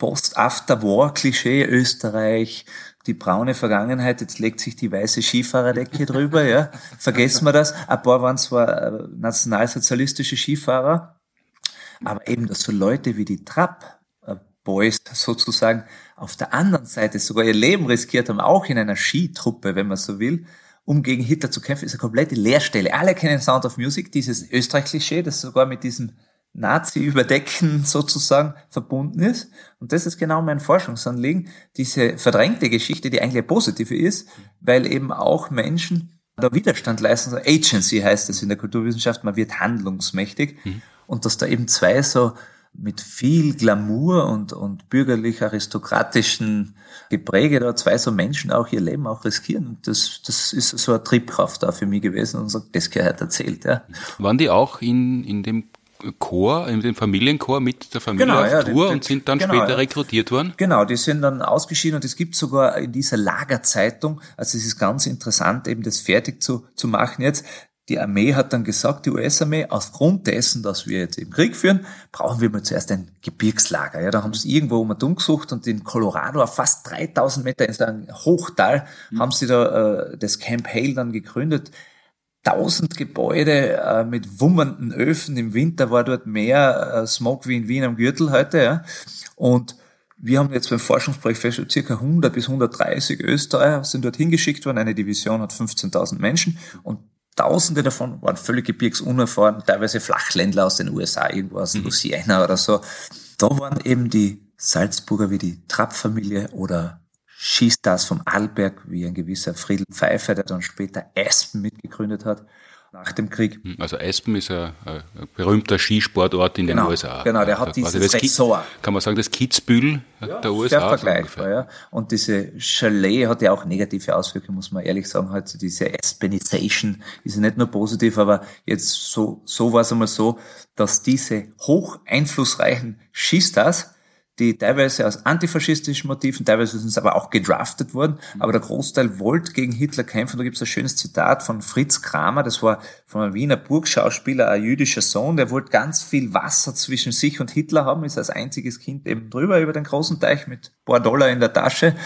Post-After-War-Klischee, Österreich, die braune Vergangenheit, jetzt legt sich die weiße Skifahrerdecke drüber, ja. Vergessen wir das. Ein paar waren zwar nationalsozialistische Skifahrer, aber eben, dass so Leute wie die Trapp-Boys sozusagen auf der anderen Seite sogar ihr Leben riskiert haben, auch in einer Skitruppe, wenn man so will, um gegen Hitler zu kämpfen, ist eine komplette Leerstelle. Alle kennen Sound of Music, dieses Österreich-Klischee, das sogar mit diesem Nazi-Überdecken sozusagen verbunden ist. Und das ist genau mein Forschungsanliegen, diese verdrängte Geschichte, die eigentlich eine positive ist, weil eben auch Menschen da Widerstand leisten. Agency heißt es in der Kulturwissenschaft, man wird handlungsmächtig. Mhm. Und dass da eben zwei so mit viel Glamour und, und bürgerlich-aristokratischen Gepräge da zwei so Menschen auch ihr Leben auch riskieren. Und das, das ist so eine Triebkraft da für mich gewesen und sagt, das gehört erzählt. Ja. Waren die auch in, in dem Chor, in dem Familienchor mit der Familie genau, auf ja, Tour die, die, und sind dann genau, später ja. rekrutiert worden? Genau, die sind dann ausgeschieden und es gibt sogar in dieser Lagerzeitung, also es ist ganz interessant, eben das fertig zu, zu machen jetzt. Die Armee hat dann gesagt, die U S-Armee, aufgrund dessen, dass wir jetzt eben Krieg führen, brauchen wir mal zuerst ein Gebirgslager. Ja, da haben sie irgendwo um dumm gesucht und in Colorado auf fast dreitausend Meter in so einem Hochtal mhm. haben sie da äh, das Camp Hale dann gegründet. Tausend Gebäude äh, mit wummernden Öfen. Im Winter war dort mehr äh, Smog wie in Wien am Gürtel heute. Ja. Und wir haben jetzt beim Forschungsprojekt festgestellt, circa hundert bis hundertdreißig Österreicher sind dort hingeschickt worden. Eine Division hat fünfzehntausend Menschen und Tausende davon waren völlig gebirgsunerfahren, teilweise Flachländler aus den U S A, irgendwo aus Louisiana oder so. Da waren eben die Salzburger wie die Trapp-Familie oder Skistars vom Arlberg, wie ein gewisser Friedel Pfeiffer, der dann später Aspen mitgegründet hat, nach dem Krieg. Also Aspen ist ein, ein berühmter Skisportort in genau, den U S A. Genau, der hat dieses das Ressort. Kann man sagen, das Kitzbühel ja, der U S A? Sehr vergleichbar, ja. Und diese Chalet hat ja auch negative Auswirkungen, muss man ehrlich sagen. Halt, diese Aspenization ist ja nicht nur positiv, aber jetzt so, so war es einmal so, dass diese hoch einflussreichen Skistars, die teilweise aus antifaschistischen Motiven, teilweise sind sie aber auch gedraftet worden, aber der Großteil wollte gegen Hitler kämpfen. Da gibt es ein schönes Zitat von Fritz Kramer, das war von einem Wiener Burgschauspieler, ein jüdischer Sohn, der wollte ganz viel Wasser zwischen sich und Hitler haben, ist als einziges Kind eben drüber über den großen Teich mit ein paar Dollar in der Tasche.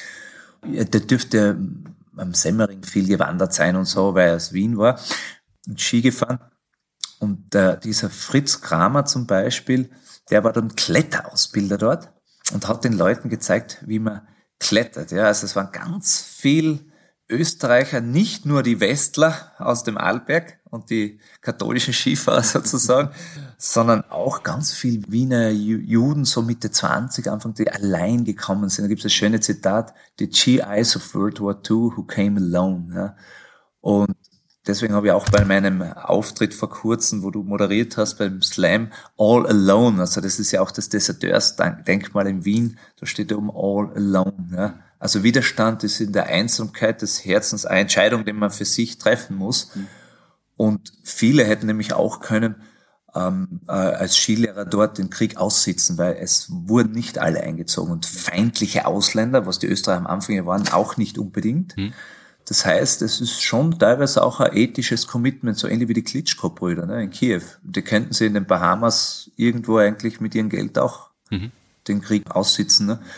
Der dürfte am Semmering viel gewandert sein und so, weil er aus Wien war und Ski gefahren. Und äh, dieser Fritz Kramer zum Beispiel, der war dann Kletterausbilder dort und hat den Leuten gezeigt, wie man klettert. Ja, also es waren ganz viel Österreicher, nicht nur die Westler aus dem Arlberg und die katholischen Skifahrer sozusagen, sondern auch ganz viel Wiener Juden, so Mitte zwanzig, Anfang, die allein gekommen sind. Da gibt es das schöne Zitat, the G Is of World War Two who came alone. Ja. Und deswegen habe ich auch bei meinem Auftritt vor kurzem, wo du moderiert hast, beim Slam, All Alone, also das ist ja auch das Deserteursdenkmal in Wien, da steht ja um All Alone. Ja. Also Widerstand ist in der Einsamkeit des Herzens eine Entscheidung, die man für sich treffen muss. Mhm. Und viele hätten nämlich auch können ähm, äh, als Skilehrer dort den Krieg aussitzen, weil es wurden nicht alle eingezogen und feindliche Ausländer, was die Österreicher am Anfang ja waren, auch nicht unbedingt. Mhm. Das heißt, es ist schon teilweise auch ein ethisches Commitment, so ähnlich wie die Klitschko-Brüder, ne, in Kiew. Die könnten sie in den Bahamas irgendwo eigentlich mit ihrem Geld auch mhm. den Krieg aussitzen. Ne?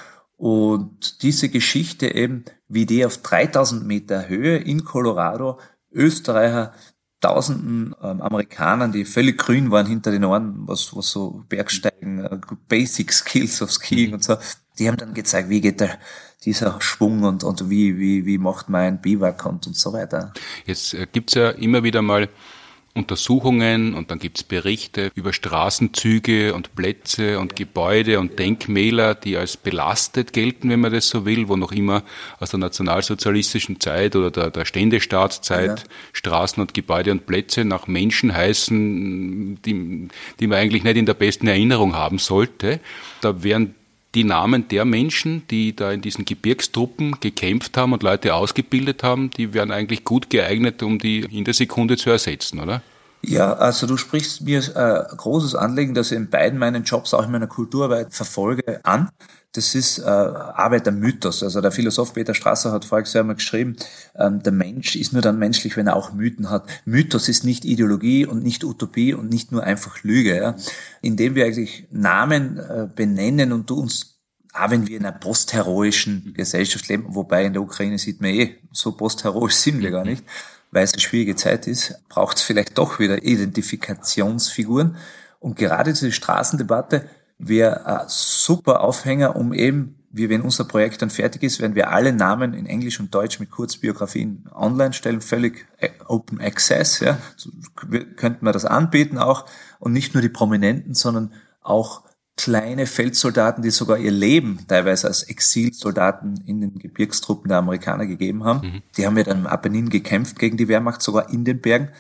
Und diese Geschichte eben, wie die auf dreitausend Meter Höhe in Colorado Österreicher tausenden ähm, Amerikanern, die völlig grün waren hinter den Ohren, was, was so Bergsteigen, äh, Basic Skills of Skiing mhm. und so, die haben dann gezeigt, wie geht der dieser Schwung und, und wie, wie, wie macht man ein Biwak und, und so weiter. Jetzt äh, gibt's ja immer wieder mal Untersuchungen und dann gibt's Berichte über Straßenzüge und Plätze und Gebäude und Denkmäler, die als belastet gelten, wenn man das so will, wo noch immer aus der nationalsozialistischen Zeit oder der, der Ständestaatszeit ja. Straßen und Gebäude und Plätze nach Menschen heißen, die, die man eigentlich nicht in der besten Erinnerung haben sollte. Da werden die Namen der Menschen, die da in diesen Gebirgstruppen gekämpft haben und Leute ausgebildet haben, die wären eigentlich gut geeignet, um die in der Sekunde zu ersetzen, oder? Ja, also du sprichst mir ein großes Anliegen, das ich in beiden meinen Jobs, auch in meiner Kulturarbeit verfolge, an. Das ist äh, Arbeit am Mythos. Also der Philosoph Peter Strasser hat voriges Jahr mal geschrieben, ähm, der Mensch ist nur dann menschlich, wenn er auch Mythen hat. Mythos ist nicht Ideologie und nicht Utopie und nicht nur einfach Lüge. Ja? Indem wir eigentlich Namen äh, benennen und uns, auch wenn wir in einer postheroischen Gesellschaft leben, wobei in der Ukraine sieht man eh, so postheroisch sind wir gar nicht, weil es eine schwierige Zeit ist, braucht es vielleicht doch wieder Identifikationsfiguren. Und gerade diese Straßendebatte wäre ein super Aufhänger, um eben, wie wenn unser Projekt dann fertig ist, werden wir alle Namen in Englisch und Deutsch mit Kurzbiografien online stellen, völlig Open Access, ja. So könnten wir das anbieten auch. Und nicht nur die Prominenten, sondern auch kleine Feldsoldaten, die sogar ihr Leben teilweise als Exilsoldaten in den Gebirgstruppen der Amerikaner gegeben haben. Mhm. Die haben ja dann im Apennin gekämpft gegen die Wehrmacht, sogar in den Bergen.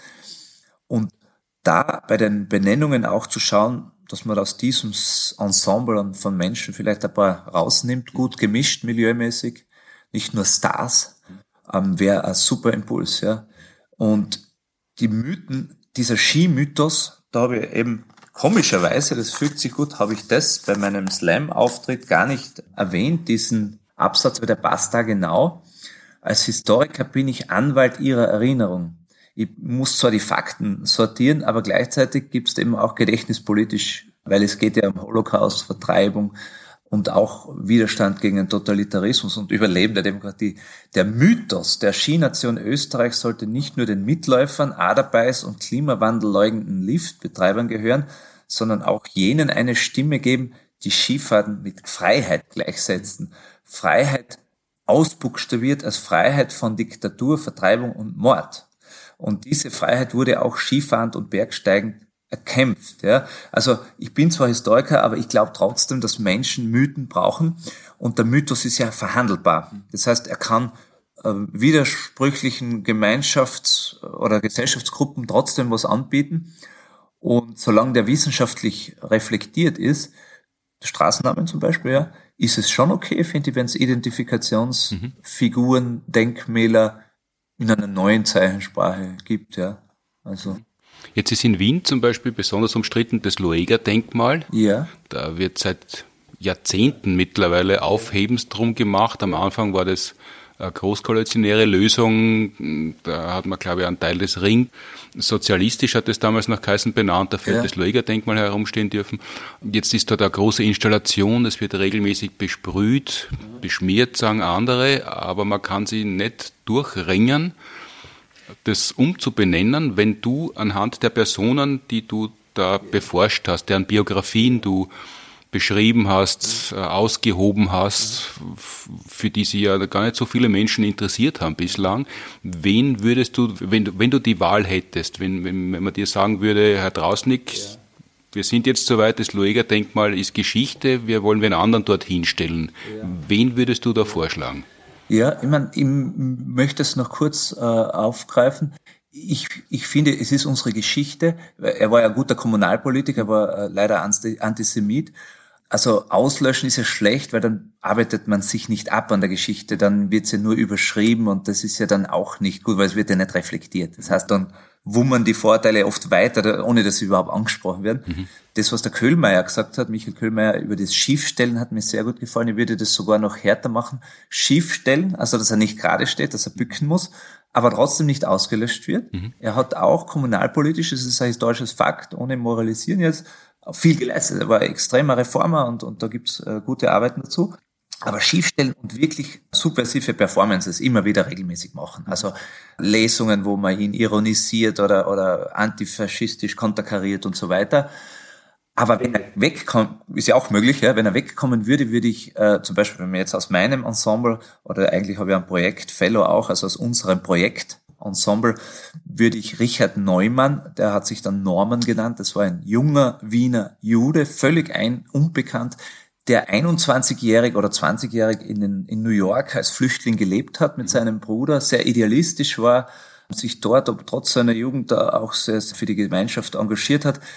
Und da bei den Benennungen auch zu schauen, dass man aus diesem Ensemble von Menschen vielleicht ein paar rausnimmt, gut gemischt, milieumäßig, nicht nur Stars, ähm, wäre ein super Impuls, ja. Und die Mythen, dieser Skimythos, da habe ich eben komischerweise, das fügt sich gut, habe ich das bei meinem Slam-Auftritt gar nicht erwähnt, diesen Absatz, weil der passt da genau. Als Historiker bin ich Anwalt ihrer Erinnerung. Ich muss zwar die Fakten sortieren, aber gleichzeitig gibt es eben auch gedächtnispolitisch, weil es geht ja um Holocaust, Vertreibung und auch Widerstand gegen den Totalitarismus und Überleben der Demokratie. Der Mythos der Skination Österreich sollte nicht nur den Mitläufern, Aderbeiß und klimawandelleugnenden Liftbetreibern gehören, sondern auch jenen eine Stimme geben, die Skifahren mit Freiheit gleichsetzen. Freiheit ausbuchstabiert als Freiheit von Diktatur, Vertreibung und Mord. Und diese Freiheit wurde auch skifahrend und bergsteigend erkämpft. Ja. Also ich bin zwar Historiker, aber ich glaube trotzdem, dass Menschen Mythen brauchen. Und der Mythos ist ja verhandelbar. Das heißt, er kann äh, widersprüchlichen Gemeinschafts- oder Gesellschaftsgruppen trotzdem was anbieten. Und solange der wissenschaftlich reflektiert ist, Straßennamen zum Beispiel, ja, ist es schon okay, finde ich, wenn es Identifikationsfiguren, mhm. Denkmäler in einer neuen Zeichensprache gibt, ja. Also. Jetzt ist in Wien zum Beispiel besonders umstritten das Lueger-Denkmal. Ja. Da wird seit Jahrzehnten mittlerweile aufhebens drum gemacht. Am Anfang war das eine großkoalitionäre Lösung. Da hat man, glaube ich, einen Teil des Ring. Sozialistisch hat es damals nach geheißen benannt. Dafür ja. hat das Lueger-Denkmal herumstehen dürfen. Jetzt ist dort eine große Installation. Es wird regelmäßig besprüht, beschmiert, sagen andere. Aber man kann sie nicht durchringen, das umzubenennen, wenn du anhand der Personen, die du da beforscht hast, deren Biografien du beschrieben hast, ausgehoben hast, für die sich ja gar nicht so viele Menschen interessiert haben bislang. Wen würdest du, wenn du, wenn du die Wahl hättest, wenn, wenn, wenn man dir sagen würde, Herr Drausnig, ja. wir sind jetzt soweit, das Lueger-Denkmal ist Geschichte, wir wollen wen anderen dorthin stellen. Ja. Wen würdest du da vorschlagen? Ja, ich meine, ich möchte es noch kurz äh, aufgreifen. Ich, ich finde, es ist unsere Geschichte. Er war ja ein guter Kommunalpolitiker, aber äh, leider Antisemit. Also auslöschen ist ja schlecht, weil dann arbeitet man sich nicht ab an der Geschichte, dann wird sie ja nur überschrieben und das ist ja dann auch nicht gut, weil es wird ja nicht reflektiert. Das heißt, dann wummern die Vorteile oft weiter, ohne dass sie überhaupt angesprochen werden. Mhm. Das, was der Köhlmeier gesagt hat, Michael Köhlmeier, über das Schiefstellen hat mir sehr gut gefallen. Ich würde das sogar noch härter machen. Schiefstellen, also dass er nicht gerade steht, dass er bücken muss, aber trotzdem nicht ausgelöscht wird. Mhm. Er hat auch kommunalpolitisch, das ist ein historisches Fakt, ohne moralisieren jetzt, viel geleistet. Er war ein extremer Reformer und, und da gibt's äh, gute Arbeiten dazu. Aber schiefstellen und wirklich subversive Performances immer wieder regelmäßig machen. Also Lesungen, wo man ihn ironisiert oder, oder antifaschistisch konterkariert und so weiter. Aber wenn er wegkommt, ist ja auch möglich, ja, wenn er wegkommen würde, würde ich äh, zum Beispiel, wenn wir jetzt aus meinem Ensemble, oder eigentlich habe ich ein Projekt, Fellow auch, also aus unserem Projekt, Ensemble, würde ich Richard Neumann, der hat sich dann Norman genannt, das war ein junger Wiener Jude, völlig ein, unbekannt, der einundzwanzigjährig oder zwanzigjährig in, den, in New York als Flüchtling gelebt hat mit seinem Bruder, sehr idealistisch war, sich dort, ob trotz seiner Jugend da auch sehr für die Gemeinschaft engagiert hat.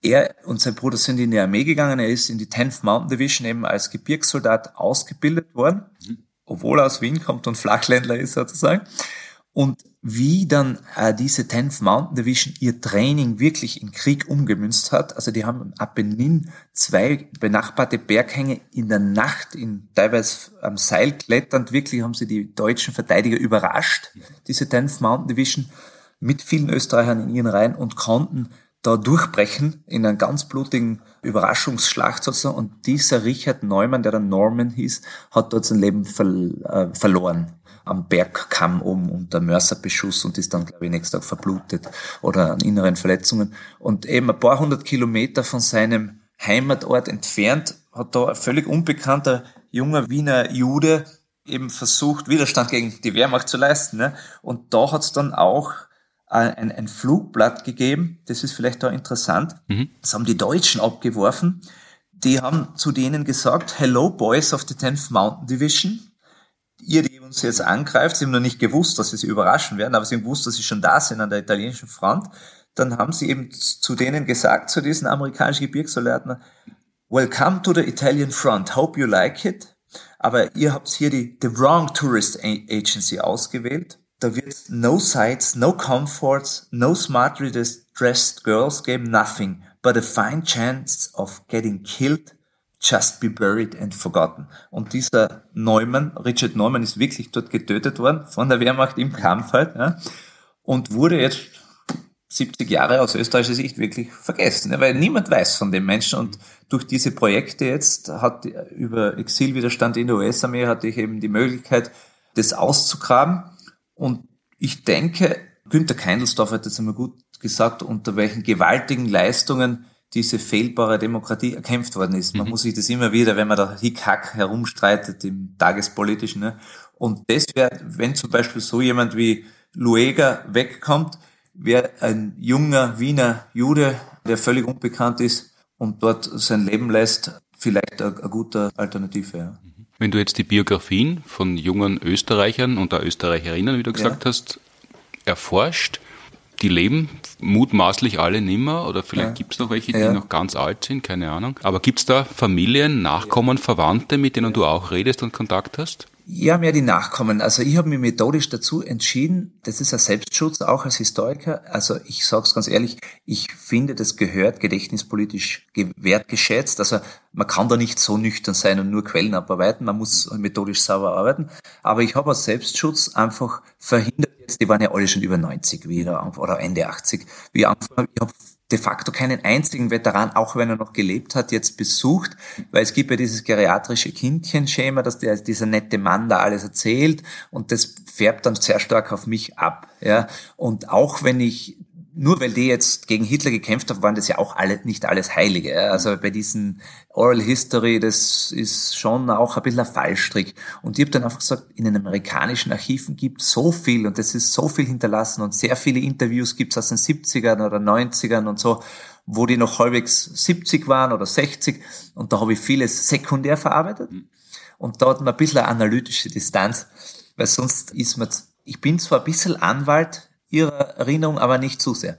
Er und sein Bruder sind in die Armee gegangen. Er ist in die tenth Mountain Division eben als Gebirgssoldat ausgebildet worden, mhm. obwohl er aus Wien kommt und Flachländler ist sozusagen. Und wie dann äh, diese tenth Mountain Division ihr Training wirklich in Krieg umgemünzt hat, also die haben im Apennin zwei benachbarte Berghänge in der Nacht, in teilweise am Seil kletternd, wirklich haben sie die deutschen Verteidiger überrascht, diese tenth Mountain Division, mit vielen Österreichern in ihren Reihen und konnten da durchbrechen in einer ganz blutigen Überraschungsschlacht sozusagen. Und dieser Richard Neumann, der dann Norman hieß, hat dort sein Leben ver- äh, verloren. Am Bergkamm oben unter Mörserbeschuss und ist dann, glaube ich, nächsten Tag verblutet oder an inneren Verletzungen. Und eben ein paar hundert Kilometer von seinem Heimatort entfernt hat da ein völlig unbekannter junger Wiener Jude eben versucht, Widerstand gegen die Wehrmacht zu leisten. Ne? Und da hat es dann auch ein, ein Flugblatt gegeben, das ist vielleicht da interessant. Mhm. Das haben die Deutschen abgeworfen. Die haben zu denen gesagt, hello boys of the tenth Mountain Division. Ihr, die uns jetzt angreift, sie haben noch nicht gewusst, dass sie sie überraschen werden, aber sie haben gewusst, dass sie schon da sind an der italienischen Front. Dann haben sie eben zu denen gesagt, zu diesen amerikanischen Gebirgssoldaten, welcome to the Italian front, hope you like it. Aber ihr habt hier die the wrong tourist agency ausgewählt. Da wird no sights, no comforts, no smartly dressed girls geben, nothing, but a fine chance of getting killed, just be buried and forgotten. Und dieser Neumann, Richard Neumann, ist wirklich dort getötet worden, von der Wehrmacht im Kampf halt, ja, und wurde jetzt siebzig Jahre aus österreichischer Sicht wirklich vergessen, ja, weil niemand weiß von dem Menschen. Und durch diese Projekte jetzt hat über Exilwiderstand in der U S-Armee hatte ich eben die Möglichkeit, das auszugraben. Und ich denke, Günter Keindelsdorf hat jetzt einmal gut gesagt, unter welchen gewaltigen Leistungen diese fehlbare Demokratie erkämpft worden ist. Man mhm. muss sich das immer wieder, wenn man da hick-hack herumstreitet im Tagespolitischen. Ne? Und das wäre, wenn zum Beispiel so jemand wie Lueger wegkommt, wäre ein junger Wiener Jude, der völlig unbekannt ist und dort sein Leben lässt, vielleicht eine, eine gute Alternative. Ja. Wenn du jetzt die Biografien von jungen Österreichern und der Österreicherinnen, wie du gesagt ja. hast, erforscht, die leben mutmaßlich alle nimmer oder vielleicht ja. gibt es noch welche, die ja. noch ganz alt sind, keine Ahnung. Aber gibt es da Familien, Nachkommen, Verwandte, mit denen du auch redest und Kontakt hast? Ja, mehr die Nachkommen. Also ich habe mich methodisch dazu entschieden, das ist ein Selbstschutz, auch als Historiker. Also ich sage es ganz ehrlich, ich finde, das gehört gedächtnispolitisch wertgeschätzt. Also man kann da nicht so nüchtern sein und nur Quellen abarbeiten, man muss methodisch sauber arbeiten. Aber ich habe als Selbstschutz einfach verhindert, jetzt, die waren ja alle schon über neunzig wieder oder Ende achtzig, wie ich angefangen habe. Ich habe de facto keinen einzigen Veteran, auch wenn er noch gelebt hat, jetzt besucht, weil es gibt ja dieses geriatrische Kindchenschema, dass der, dieser nette Mann da alles erzählt und das färbt dann sehr stark auf mich ab, ja. Und auch wenn ich, nur weil die jetzt gegen Hitler gekämpft haben, waren das ja auch alle, nicht alles Heilige, ja. Also bei diesen Oral History, das ist schon auch ein bisschen ein Fallstrick. Und ich habe dann einfach gesagt, in den amerikanischen Archiven gibt es so viel und das ist so viel hinterlassen und sehr viele Interviews gibt es aus den siebzigern oder neunzigern und so, wo die noch halbwegs siebzig waren oder sechzig und da habe ich vieles sekundär verarbeitet und da hat man ein bisschen eine analytische Distanz, weil sonst ist man, ich bin zwar ein bisschen Anwalt ihrer Erinnerung, aber nicht zu sehr.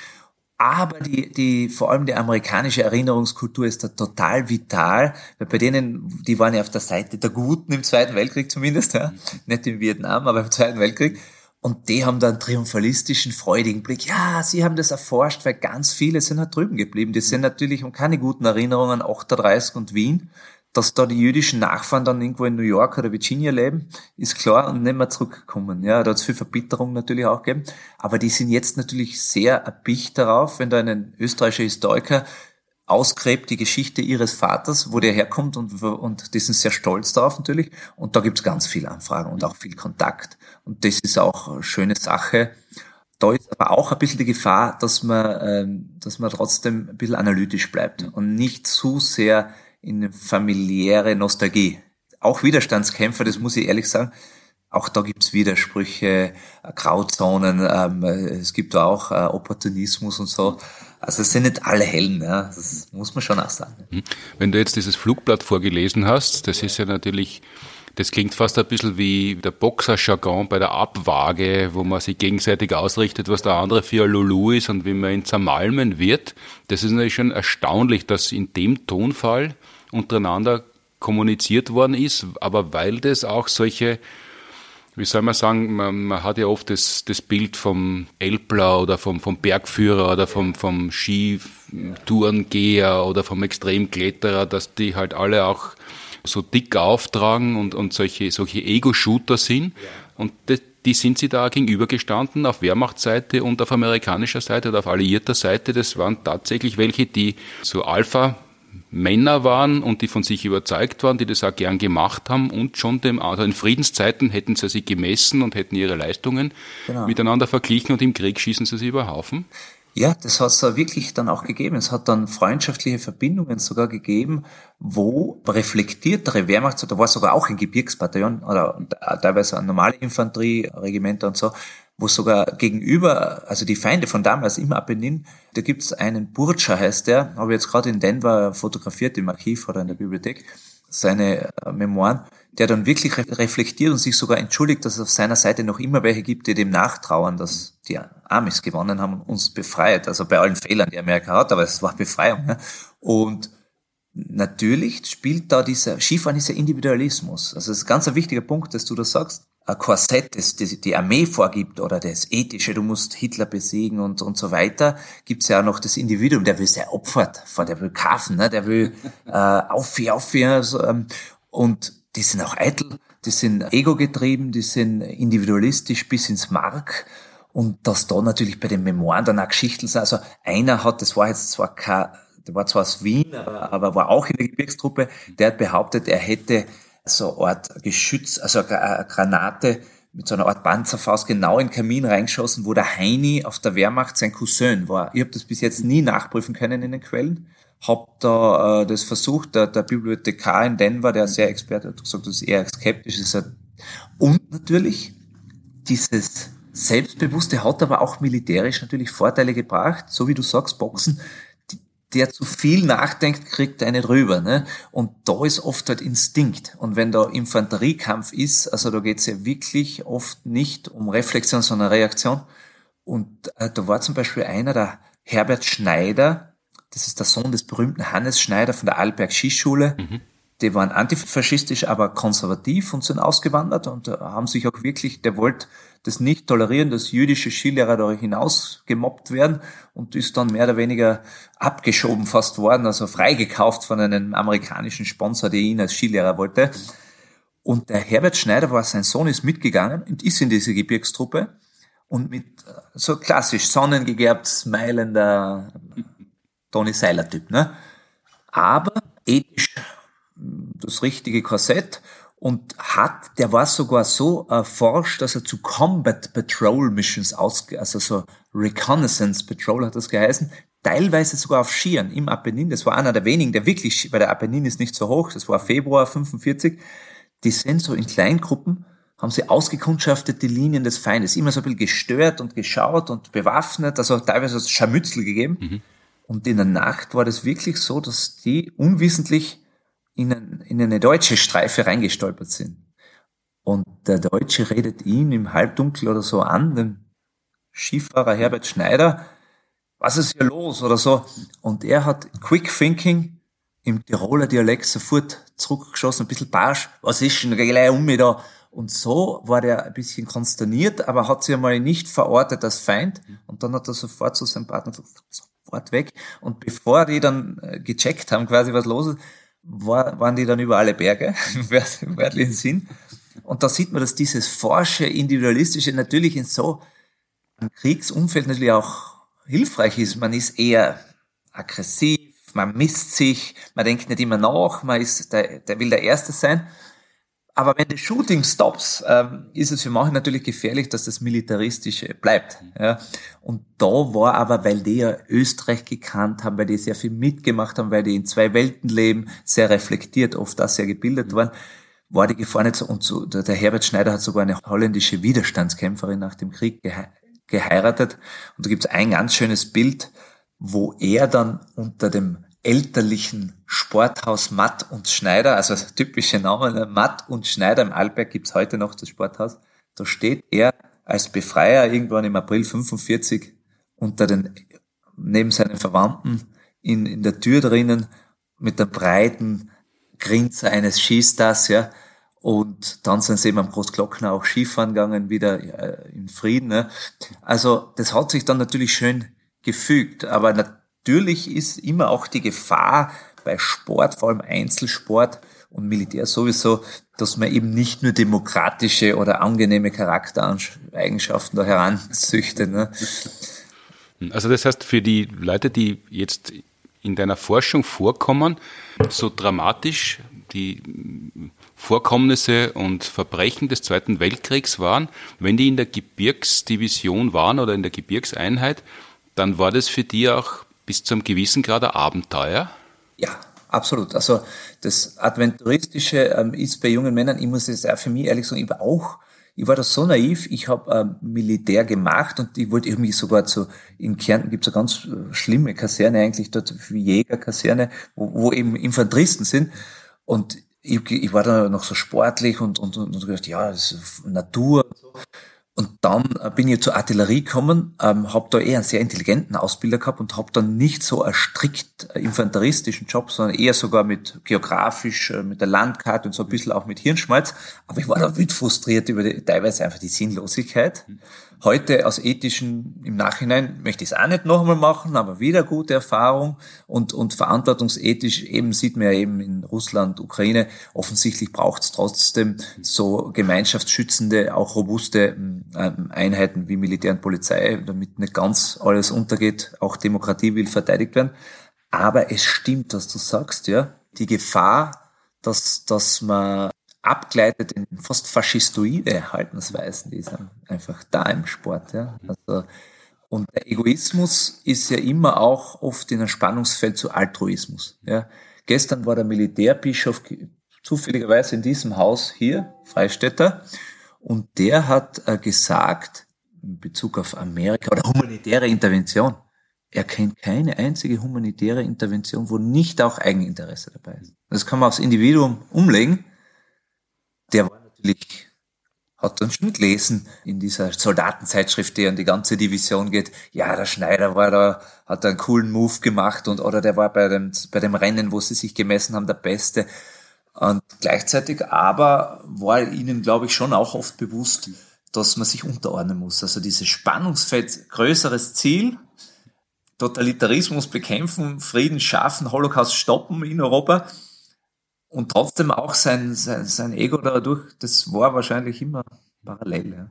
Aber die, die, vor allem die amerikanische Erinnerungskultur ist da total vital, weil bei denen, die waren ja auf der Seite der Guten im Zweiten Weltkrieg zumindest, ja, nicht im Vietnam, aber im Zweiten Weltkrieg. Und die haben da einen triumphalistischen, freudigen Blick. Ja, sie haben das erforscht, weil ganz viele sind halt drüben geblieben. Die sind natürlich um keine guten Erinnerungen an achtunddreißig und Wien. Dass da die jüdischen Nachfahren dann irgendwo in New York oder Virginia leben, ist klar und nicht mehr zurückkommen. Ja, da hat es viel Verbitterung natürlich auch gegeben. Aber die sind jetzt natürlich sehr erpicht darauf, wenn da ein österreichischer Historiker ausgräbt die Geschichte ihres Vaters, wo der herkommt und, und die sind sehr stolz darauf natürlich. Und da gibt's ganz viel Anfragen und auch viel Kontakt. Und das ist auch eine schöne Sache. Da ist aber auch ein bisschen die Gefahr, dass man, ähm, dass man trotzdem ein bisschen analytisch bleibt und nicht zu sehr in familiäre Nostalgie. Auch Widerstandskämpfer, das muss ich ehrlich sagen, auch da gibt's Widersprüche, Grauzonen, ähm, es gibt auch äh, Opportunismus und so. Also es sind nicht alle Helden, ja. Das muss man schon auch sagen. Wenn du jetzt dieses Flugblatt vorgelesen hast, das ist ja natürlich Das klingt fast ein bisschen wie der Boxerjargon bei der Abwaage, wo man sich gegenseitig ausrichtet, was der andere für ein Lulu ist und wie man ihn zermalmen wird. Das ist natürlich schon erstaunlich, dass in dem Tonfall untereinander kommuniziert worden ist, aber weil das auch solche, wie soll man sagen, man, man hat ja oft das, das Bild vom Älpler oder vom, vom Bergführer oder vom, vom Skitourengeher oder vom Extremkletterer, dass die halt alle auch so dick auftragen und, und solche, solche Ego-Shooter sind. Und das, die sind sie da gegenübergestanden auf Wehrmachtsseite und auf amerikanischer Seite oder auf alliierter Seite. Das waren tatsächlich welche, die so Alpha Männer waren und die von sich überzeugt waren, die das auch gern gemacht haben und schon dem, also in Friedenszeiten hätten sie sich gemessen und hätten ihre Leistungen genau. miteinander verglichen und im Krieg schießen sie sie über Haufen. Ja, das hat es wirklich dann auch gegeben. Es hat dann freundschaftliche Verbindungen sogar gegeben, wo reflektiertere Wehrmachts, da war sogar auch ein Gebirgsbataillon oder teilweise ein normale Infanterieregimenter und so, wo sogar gegenüber, also die Feinde von damals im Apennin, da gibt's einen Burtscher, heißt der, habe ich jetzt gerade in Denver fotografiert, im Archiv oder in der Bibliothek, seine äh, Memoiren, der dann wirklich re- reflektiert und sich sogar entschuldigt, dass es auf seiner Seite noch immer welche gibt, die dem nachtrauern, dass die Amis gewonnen haben und uns befreit, also bei allen Fehlern, die Amerika hat, aber es war Befreiung. Ja? Und natürlich spielt da dieser, Skifahren ist ja Individualismus, also das ist ganz ein wichtiger Punkt, dass du das sagst, ein Korsett, das die Armee vorgibt oder das Ethische, du musst Hitler besiegen und und so weiter, gibt's ja auch noch das Individuum, der will sehr opfert, der will kaufen, ne, der will äh, auf, auf, also, ähm, und die sind auch eitel, die sind ego-getrieben, die sind individualistisch bis ins Mark und dass da natürlich bei den Memoiren dann auch Geschichten sind, also einer hat, das war jetzt zwar kein, der war zwar aus Wien, aber, aber war auch in der Gebirgstruppe, der hat behauptet, er hätte so eine Art Geschütz, also eine Granate mit so einer Art Panzerfaust genau in den Kamin reingeschossen, wo der Heini auf der Wehrmacht sein Cousin war. Ich habe das bis jetzt nie nachprüfen können in den Quellen. Hab da äh, das versucht, der, der Bibliothekar in Denver, der sehr Experte hat gesagt, das ist eher skeptisch. Ist und natürlich dieses Selbstbewusste hat aber auch militärisch natürlich Vorteile gebracht, so wie du sagst, Boxen. Der zu viel nachdenkt, kriegt eine drüber, ne? Und da ist oft halt Instinkt. Und wenn da Infanteriekampf ist, also da geht's ja wirklich oft nicht um Reflexion, sondern Reaktion. Und äh, da war zum Beispiel einer, der Herbert Schneider, das ist der Sohn des berühmten Hannes Schneider von der Arlberg Skischule. Mhm. Die waren antifaschistisch, aber konservativ und sind ausgewandert und haben sich auch wirklich, der wollte das nicht tolerieren, dass jüdische Skilehrer da hinaus gemobbt werden und ist dann mehr oder weniger abgeschoben fast worden, also freigekauft von einem amerikanischen Sponsor, der ihn als Skilehrer wollte. Und der Herbert Schneider war, sein Sohn ist mitgegangen und ist in diese Gebirgstruppe und mit so klassisch sonnengegerbt, smilender Toni Seiler-Typ, ne? Aber ethisch das richtige Korsett und hat, der war sogar so erforscht, dass er zu Combat Patrol Missions aus, also so Reconnaissance Patrol hat das geheißen, teilweise sogar auf Skiern im Apennin. Das war einer der wenigen, der wirklich, weil der Apennin ist nicht so hoch, das war Februar fünfundvierzig, die sind so in Kleingruppen, haben sie ausgekundschaftet die Linien des Feindes, immer so ein bisschen gestört und geschaut und bewaffnet, also teilweise Scharmützel gegeben. Mhm. Und in der Nacht war das wirklich so, dass die unwissentlich in, ein, in eine deutsche Streife reingestolpert sind. Und der Deutsche redet ihn im Halbdunkel oder so an, den Skifahrer Herbert Schneider, was ist hier los oder so. Und er hat Quick Thinking im Tiroler Dialekt sofort zurückgeschossen, ein bisschen barsch, was ist denn gleich um mich da? Und so war der ein bisschen konsterniert, aber hat sich einmal nicht verortet als Feind. Und dann hat er sofort zu seinem Partner gesagt, sofort weg. Und bevor die dann gecheckt haben, quasi was los ist, war, waren die dann über alle Berge, im wörtlichen Sinn. Und da sieht man, dass dieses forsche, individualistische natürlich in so einem Kriegsumfeld natürlich auch hilfreich ist. Man ist eher aggressiv, man misst sich, man denkt nicht immer nach, man ist, der, der will der Erste sein. Aber wenn die Shooting stops, ähm, ist es für manche natürlich gefährlich, dass das Militaristische bleibt. Ja. Und da war aber, weil die ja Österreich gekannt haben, weil die sehr viel mitgemacht haben, weil die in zwei Welten leben, sehr reflektiert, oft auch sehr gebildet waren, war die Gefahr nicht so. Und so, der Herbert Schneider hat sogar eine holländische Widerstandskämpferin nach dem Krieg gehe- geheiratet. Und da gibt es ein ganz schönes Bild, wo er dann unter dem elterlichen Sporthaus Matt und Schneider, also typische Name, ne? Matt und Schneider im Arlberg gibt's heute noch, das Sporthaus. Da steht er als Befreier irgendwann im April fünfundvierzig unter den, neben seinen Verwandten in, in der Tür drinnen mit der breiten Grinse eines Skistars, ja. Und dann sind sie eben am Großglockner auch Skifahren gegangen, wieder äh, in Frieden, ne? Also, das hat sich dann natürlich schön gefügt, aber natürlich ist immer auch die Gefahr bei Sport, vor allem Einzelsport und Militär sowieso, dass man eben nicht nur demokratische oder angenehme Charaktereigenschaften da heranzüchtet. Ne? Also das heißt, für die Leute, die jetzt in deiner Forschung vorkommen, so dramatisch die Vorkommnisse und Verbrechen des Zweiten Weltkriegs waren, wenn die in der Gebirgsdivision waren oder in der Gebirgseinheit, dann war das für die auch bis zu einem gewissen Grad ein Abenteuer? Ja, absolut. Also das Adventuristische ähm, ist bei jungen Männern, ich muss jetzt auch für mich ehrlich sagen, ich war auch, ich war da so naiv, ich habe ähm, Militär gemacht und ich wollte irgendwie sogar zu, in Kärnten gibt es eine ganz schlimme Kaserne eigentlich, dort wie Jägerkaserne, wo, wo eben Infanteristen sind und ich, ich war da noch so sportlich und, und, und, und gedacht, ja, das ist Natur und so. Und dann bin ich zur Artillerie gekommen, ähm, habe da eher einen sehr intelligenten Ausbilder gehabt und habe dann nicht so einen strikt infanteristischen Job, sondern eher sogar mit geografisch, äh, mit der Landkarte und so ein bisschen auch mit Hirnschmalz. Aber ich war da wild frustriert über die, teilweise einfach die Sinnlosigkeit. Heute aus ethischen, im Nachhinein möchte ich es auch nicht noch einmal machen, aber wieder gute Erfahrung und, und verantwortungsethisch eben sieht man ja eben in Russland, Ukraine, offensichtlich braucht es trotzdem so gemeinschaftsschützende, auch robuste ähm, Einheiten wie Militär und Polizei, damit nicht ganz alles untergeht, auch Demokratie will verteidigt werden. Aber es stimmt, was du sagst, ja, die Gefahr, dass, dass man abgleitet in fast faschistoide Haltensweisen, die sind einfach da im Sport, ja. Also, und der Egoismus ist ja immer auch oft in einem Spannungsfeld zu Altruismus, ja. Gestern war der Militärbischof zufälligerweise in diesem Haus hier, Freistädter, und der hat äh, gesagt, in Bezug auf Amerika oder humanitäre Intervention, er kennt keine einzige humanitäre Intervention, wo nicht auch Eigeninteresse dabei ist. Das kann man aufs Individuum umlegen. Der war natürlich, hat dann schon gelesen in dieser Soldatenzeitschrift, die an die ganze Division geht, ja, der Schneider war da, hat einen coolen Move gemacht und oder der war bei dem, bei dem Rennen, wo sie sich gemessen haben, der Beste. Und gleichzeitig aber war ihnen, glaube ich, schon auch oft bewusst, dass man sich unterordnen muss. Also dieses Spannungsfeld, größeres Ziel, Totalitarismus bekämpfen, Frieden schaffen, Holocaust stoppen in Europa, und trotzdem auch sein, sein, sein Ego dadurch, das war wahrscheinlich immer parallel. Ja.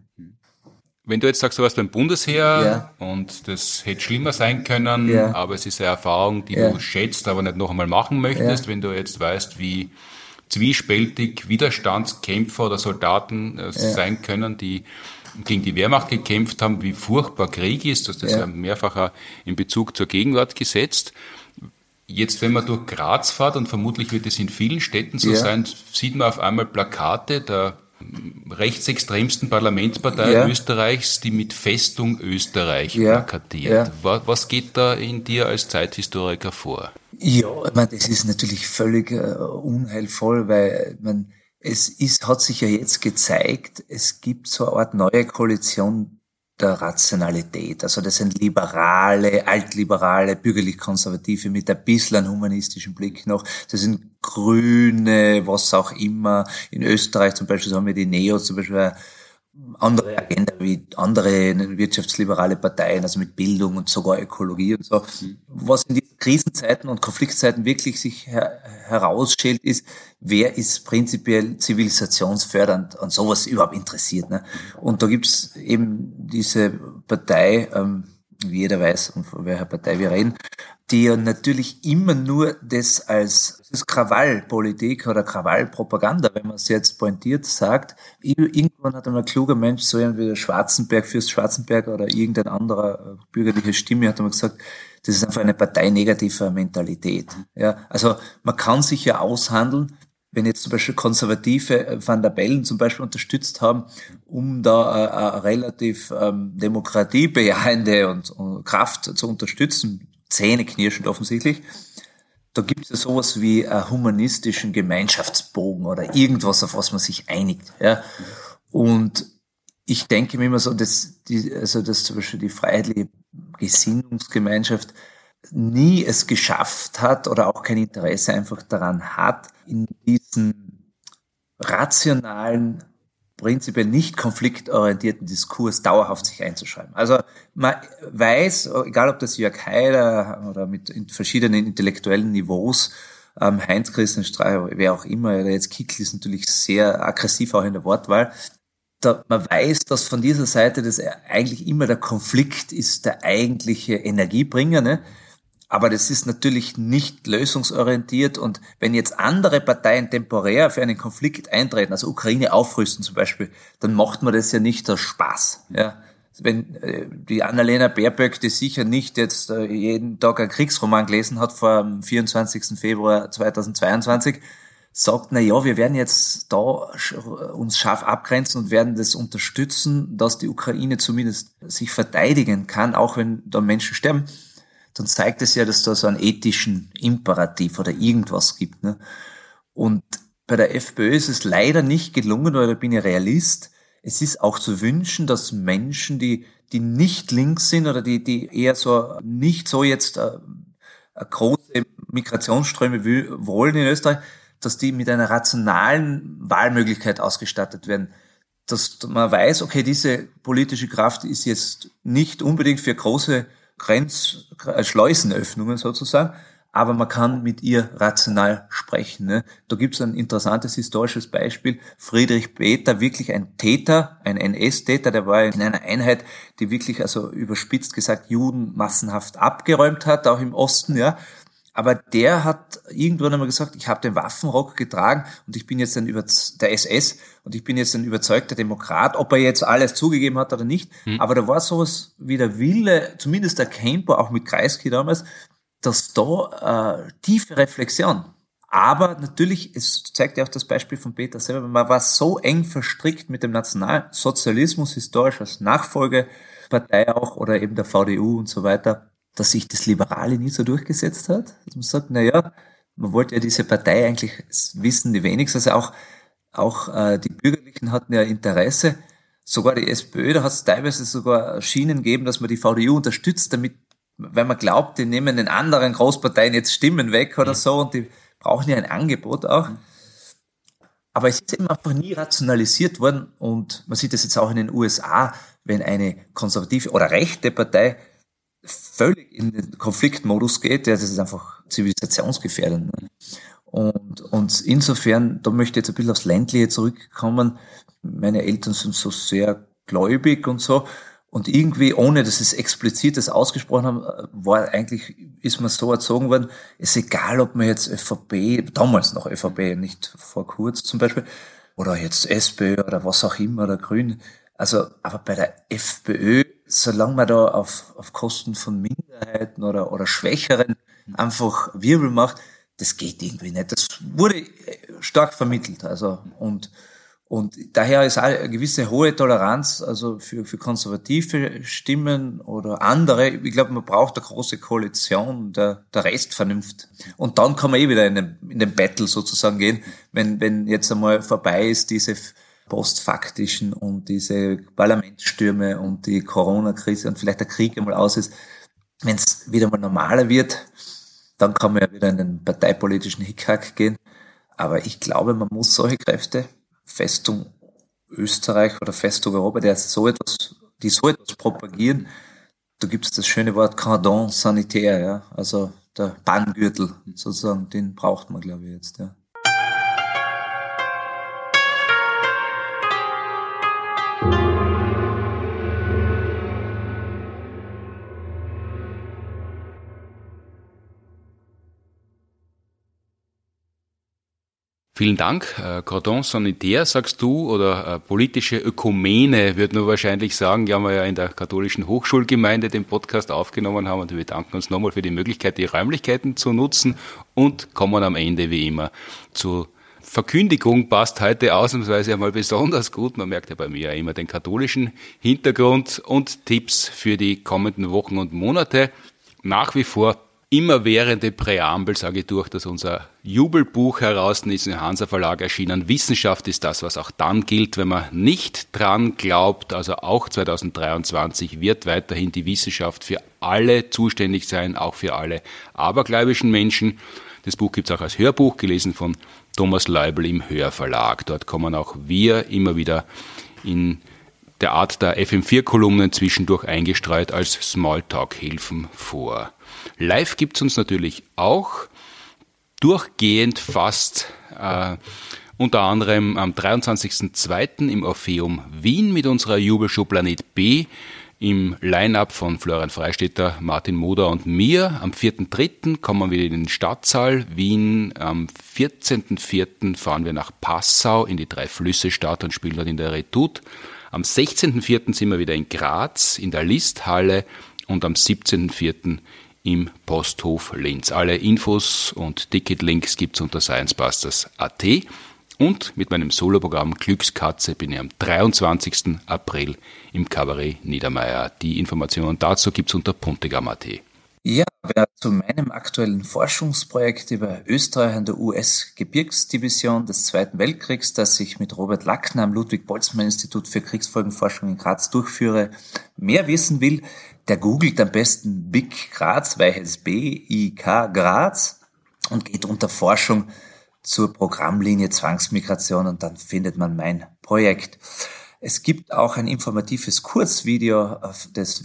Wenn du jetzt sagst, du warst beim Bundesheer ja. und das hätte schlimmer sein können, ja. aber es ist eine Erfahrung, die ja. du schätzt, aber nicht noch einmal machen möchtest, ja. wenn du jetzt weißt, wie zwiespältig Widerstandskämpfer oder Soldaten äh, ja. sein können, die gegen die Wehrmacht gekämpft haben, wie furchtbar Krieg ist, das ist ja. ja mehrfach in Bezug zur Gegenwart gesetzt. Jetzt, wenn man durch Graz fährt, und vermutlich wird es in vielen Städten so ja. sein, sieht man auf einmal Plakate der rechtsextremsten Parlamentspartei ja. Österreichs, die mit Festung Österreich ja. plakatiert. Ja. Was geht da in dir als Zeithistoriker vor? Ja, ich meine, das ist natürlich völlig äh, unheilvoll, weil man, es ist, hat sich ja jetzt gezeigt, es gibt so eine Art neue Koalition der Rationalität. Also das sind Liberale, Altliberale, bürgerlich-konservative mit ein bisschen einem humanistischen Blick noch. Das sind Grüne, was auch immer. In Österreich zum Beispiel haben wir die Neos, zum Beispiel eine andere Agenda wie andere wirtschaftsliberale Parteien, also mit Bildung und sogar Ökologie und so. Was in diesen Krisenzeiten und Konfliktzeiten wirklich sich her- herausschält, ist, wer ist prinzipiell zivilisationsfördernd und sowas überhaupt interessiert. Ne? Und da gibt's eben diese Partei, ähm, wie jeder weiß, von welcher Partei wir reden, die ja natürlich immer nur das als das ist Krawallpolitik oder Krawallpropaganda, wenn man es jetzt pointiert sagt. Irgendwann hat einmal ein kluger Mensch, so wie der Schwarzenberg, Fürst Schwarzenberg oder irgendein anderer bürgerliche Stimme, hat einmal gesagt, das ist einfach eine parteinegativer Mentalität. Ja, also man kann sich ja aushandeln, wenn jetzt zum Beispiel Konservative Van der Bellen zum Beispiel unterstützt haben, um da eine, eine relativ ähm, demokratiebejahende und, und Kraft zu unterstützen, zähneknirschend offensichtlich, da gibt es ja sowas wie einen humanistischen Gemeinschaftsbogen oder irgendwas, auf was man sich einigt. Ja. Und ich denke mir immer so, dass, die, also dass zum Beispiel die freiheitliche Gesinnungsgemeinschaft nie es geschafft hat oder auch kein Interesse einfach daran hat, in diesen rationalen, prinzipiell nicht konfliktorientierten Diskurs dauerhaft sich einzuschreiben. Also man weiß, egal ob das Jörg Haider oder mit verschiedenen intellektuellen Niveaus, ähm, Heinz-Christian Strache, wer auch immer, oder jetzt Kickl ist natürlich sehr aggressiv auch in der Wortwahl, da, man weiß, dass von dieser Seite das eigentlich immer der Konflikt ist, der eigentliche Energiebringer, ne? Aber das ist natürlich nicht lösungsorientiert, und wenn jetzt andere Parteien temporär für einen Konflikt eintreten, also Ukraine aufrüsten zum Beispiel, dann macht man das ja nicht aus Spaß. Ja, wenn äh, die Annalena Baerbock, die sicher nicht jetzt äh, jeden Tag einen Kriegsroman gelesen hat vor dem vierundzwanzigsten Februar zweitausendzweiundzwanzig, sagt, na ja, wir werden jetzt da uns scharf abgrenzen und werden das unterstützen, dass die Ukraine zumindest sich verteidigen kann, auch wenn da Menschen sterben, dann zeigt es ja, dass da so einen ethischen Imperativ oder irgendwas gibt. Ne? Und bei der FPÖ ist es leider nicht gelungen, oder da bin ich Realist, es ist auch zu wünschen, dass Menschen, die die nicht links sind oder die die eher so nicht so jetzt äh, große Migrationsströme will, wollen in Österreich, dass die mit einer rationalen Wahlmöglichkeit ausgestattet werden. Dass man weiß, okay, diese politische Kraft ist jetzt nicht unbedingt für große Grenz, Schleusenöffnungen sozusagen, aber man kann mit ihr rational sprechen. Ne? Da gibt es ein interessantes historisches Beispiel. Friedrich Peter, wirklich ein Täter, ein N S-Täter, der war in einer Einheit, die wirklich, also überspitzt gesagt, Juden massenhaft abgeräumt hat, auch im Osten, ja. Aber der hat irgendwann einmal gesagt, ich habe den Waffenrock getragen und ich bin jetzt ein Über der S S und ich bin jetzt ein überzeugter Demokrat, ob er jetzt alles zugegeben hat oder nicht. Mhm. Aber da war sowas wie der Wille, zumindest erkennbar, auch mit Kreisky damals, dass da äh, tiefe Reflexion. Aber natürlich, es zeigt ja auch das Beispiel von Peter selber, man war so eng verstrickt mit dem Nationalsozialismus, historisch als Nachfolgepartei auch, oder eben der V D U und so weiter, dass sich das Liberale nie so durchgesetzt hat. Dass man sagt, na ja, man wollte ja diese Partei eigentlich, das wissen die wenigsten, also auch, auch äh, die Bürgerlichen hatten ja Interesse, sogar die SPÖ, da hat es teilweise sogar Schienen gegeben, dass man die V D U unterstützt, damit, weil man glaubt, die nehmen den anderen Großparteien jetzt Stimmen weg oder so, und die brauchen ja ein Angebot auch. Aber es ist eben einfach nie rationalisiert worden, und man sieht das jetzt auch in den U S A, wenn eine konservative oder rechte Partei völlig in den Konfliktmodus geht, ja, das ist einfach zivilisationsgefährdend. Ne? Und, und insofern, da möchte ich jetzt ein bisschen aufs Ländliche zurückkommen. Meine Eltern sind so sehr gläubig und so. Und irgendwie, ohne dass es explizit das ausgesprochen haben, war eigentlich, ist man so erzogen worden, ist egal, ob man jetzt ÖVP, damals noch ÖVP, nicht vor kurz zum Beispiel, oder jetzt SPÖ oder was auch immer, oder Grün. Also, aber bei der FPÖ, solange man da auf, auf Kosten von Minderheiten oder, oder Schwächeren einfach Wirbel macht, das geht irgendwie nicht. Das wurde stark vermittelt, also, und, und daher ist auch eine gewisse hohe Toleranz, also für, für konservative Stimmen oder andere. Ich glaube, man braucht eine große Koalition, der, der Restvernunft. Und dann kann man eh wieder in den, in den Battle sozusagen gehen, wenn, wenn jetzt einmal vorbei ist, diese postfaktischen und diese Parlamentsstürme und die Corona-Krise und vielleicht der Krieg einmal aus ist. Wenn es wieder mal normaler wird, dann kann man ja wieder in den parteipolitischen Hickhack gehen. Aber ich glaube, man muss solche Kräfte, Festung Österreich oder Festung Europa, der so etwas, die so etwas propagieren, da gibt es das schöne Wort Cordon sanitaire, ja, also der Banngürtel sozusagen, den braucht man, glaube ich, jetzt, ja. Vielen Dank. Äh, Cordon sanitaire, sagst du, oder äh, politische Ökumene, würde man wahrscheinlich sagen. Die haben wir ja in der katholischen Hochschulgemeinde den Podcast aufgenommen haben, und wir bedanken uns nochmal für die Möglichkeit, die Räumlichkeiten zu nutzen, und kommen am Ende wie immer zur Verkündigung. Passt heute ausnahmsweise einmal besonders gut. Man merkt ja bei mir ja immer den katholischen Hintergrund und Tipps für die kommenden Wochen und Monate. Nach wie vor immerwährende Präambel sage ich durch, dass unser Jubelbuch heraus ist, im Hansa Verlag erschienen. Wissenschaft ist das, was auch dann gilt, wenn man nicht dran glaubt. Also auch zweitausenddreiundzwanzig wird weiterhin die Wissenschaft für alle zuständig sein, auch für alle abergläubischen Menschen. Das Buch gibt es auch als Hörbuch, gelesen von Thomas Leubel im Hörverlag. Dort kommen auch wir immer wieder in der Art der F M vier Kolumnen zwischendurch eingestreut als Smalltalk-Hilfen vor. Live gibt's uns natürlich auch, durchgehend fast, äh, unter anderem am dreiundzwanzigsten zweiten im Orpheum Wien mit unserer Jubelshow Planet B, im Line-Up von Florian Freistetter, Martin Moder und mir. Am vierten dritten kommen wir in den Stadtsaal Wien. Am vierzehnten vierten fahren wir nach Passau in die Drei-Flüsse-Stadt und spielen dort in der Redoute. Am sechzehnten vierten sind wir wieder in Graz in der Listhalle und am siebzehnten vierten im Posthof Linz. Alle Infos und Ticketlinks gibt's unter sciencebusters punkt a t. Und mit meinem Soloprogramm Glückskatze bin ich am dreiundzwanzigsten April im Kabarett Niedermeyer. Die Informationen dazu gibt's unter puntigam punkt a t. Ja, wer zu meinem aktuellen Forschungsprojekt über Österreich an der U S-Gebirgsdivision des Zweiten Weltkriegs, das ich mit Robert Lackner am Ludwig-Boltzmann-Institut für Kriegsfolgenforschung in Graz durchführe, mehr wissen will, der googelt am besten B I K Graz, weiches B I K Graz und geht unter Forschung zur Programmlinie Zwangsmigration und dann findet man mein Projekt. Es gibt auch ein informatives Kurzvideo des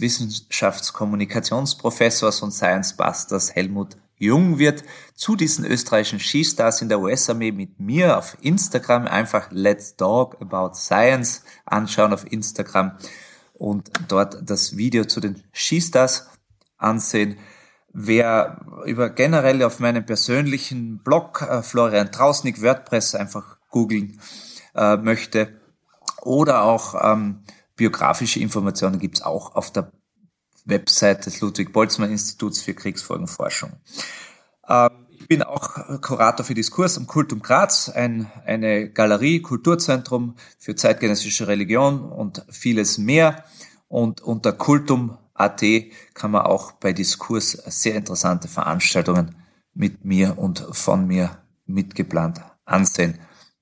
Wissenschaftskommunikationsprofessors und Science-Busters Helmut Jungwirth zu diesen österreichischen Skistars in der U S-Armee mit mir auf Instagram. Einfach Let's Talk About Science anschauen auf Instagram und dort das Video zu den Skistars ansehen. Wer über generell auf meinem persönlichen Blog äh, Florian Trausnick WordPress einfach googeln äh, möchte oder auch ähm, biografische Informationen gibt's auch auf der Website des Ludwig-Boltzmann-Instituts für Kriegsfolgenforschung. Ähm, ich bin auch Kurator für Diskurs am Kultum Graz, ein, eine Galerie, Kulturzentrum für zeitgenössische Religion und vieles mehr. Und unter Kultum punkt a t kann man auch bei Diskurs sehr interessante Veranstaltungen mit mir und von mir mitgeplant ansehen.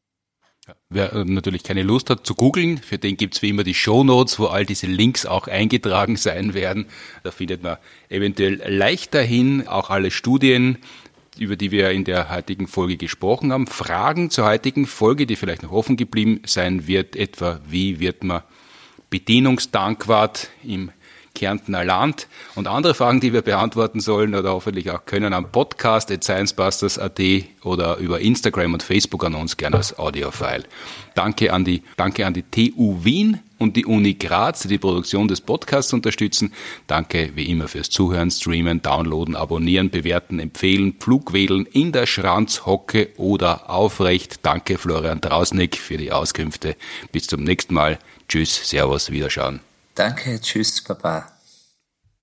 Wer natürlich keine Lust hat zu googeln, für den gibt's wie immer die Shownotes, wo all diese Links auch eingetragen sein werden. Da findet man eventuell leichterhin auch alle Studien, über die wir in der heutigen Folge gesprochen haben. Fragen zur heutigen Folge, die vielleicht noch offen geblieben sein wird, etwa wie wird man Bedienungsdankwart im Kärntner Land und andere Fragen, die wir beantworten sollen oder hoffentlich auch können, am Podcast at sciencebusters punkt a t oder über Instagram und Facebook an uns gerne als Audiofile. Danke an die, danke an die T U Wien und die Uni Graz, die die Produktion des Podcasts unterstützen. Danke wie immer fürs Zuhören, Streamen, Downloaden, Abonnieren, Bewerten, Empfehlen, Pflugwedeln in der Schranzhocke oder aufrecht. Danke Florian Trausnick für die Auskünfte. Bis zum nächsten Mal. Tschüss, Servus, Wiederschauen. Danke, tschüss, Papa.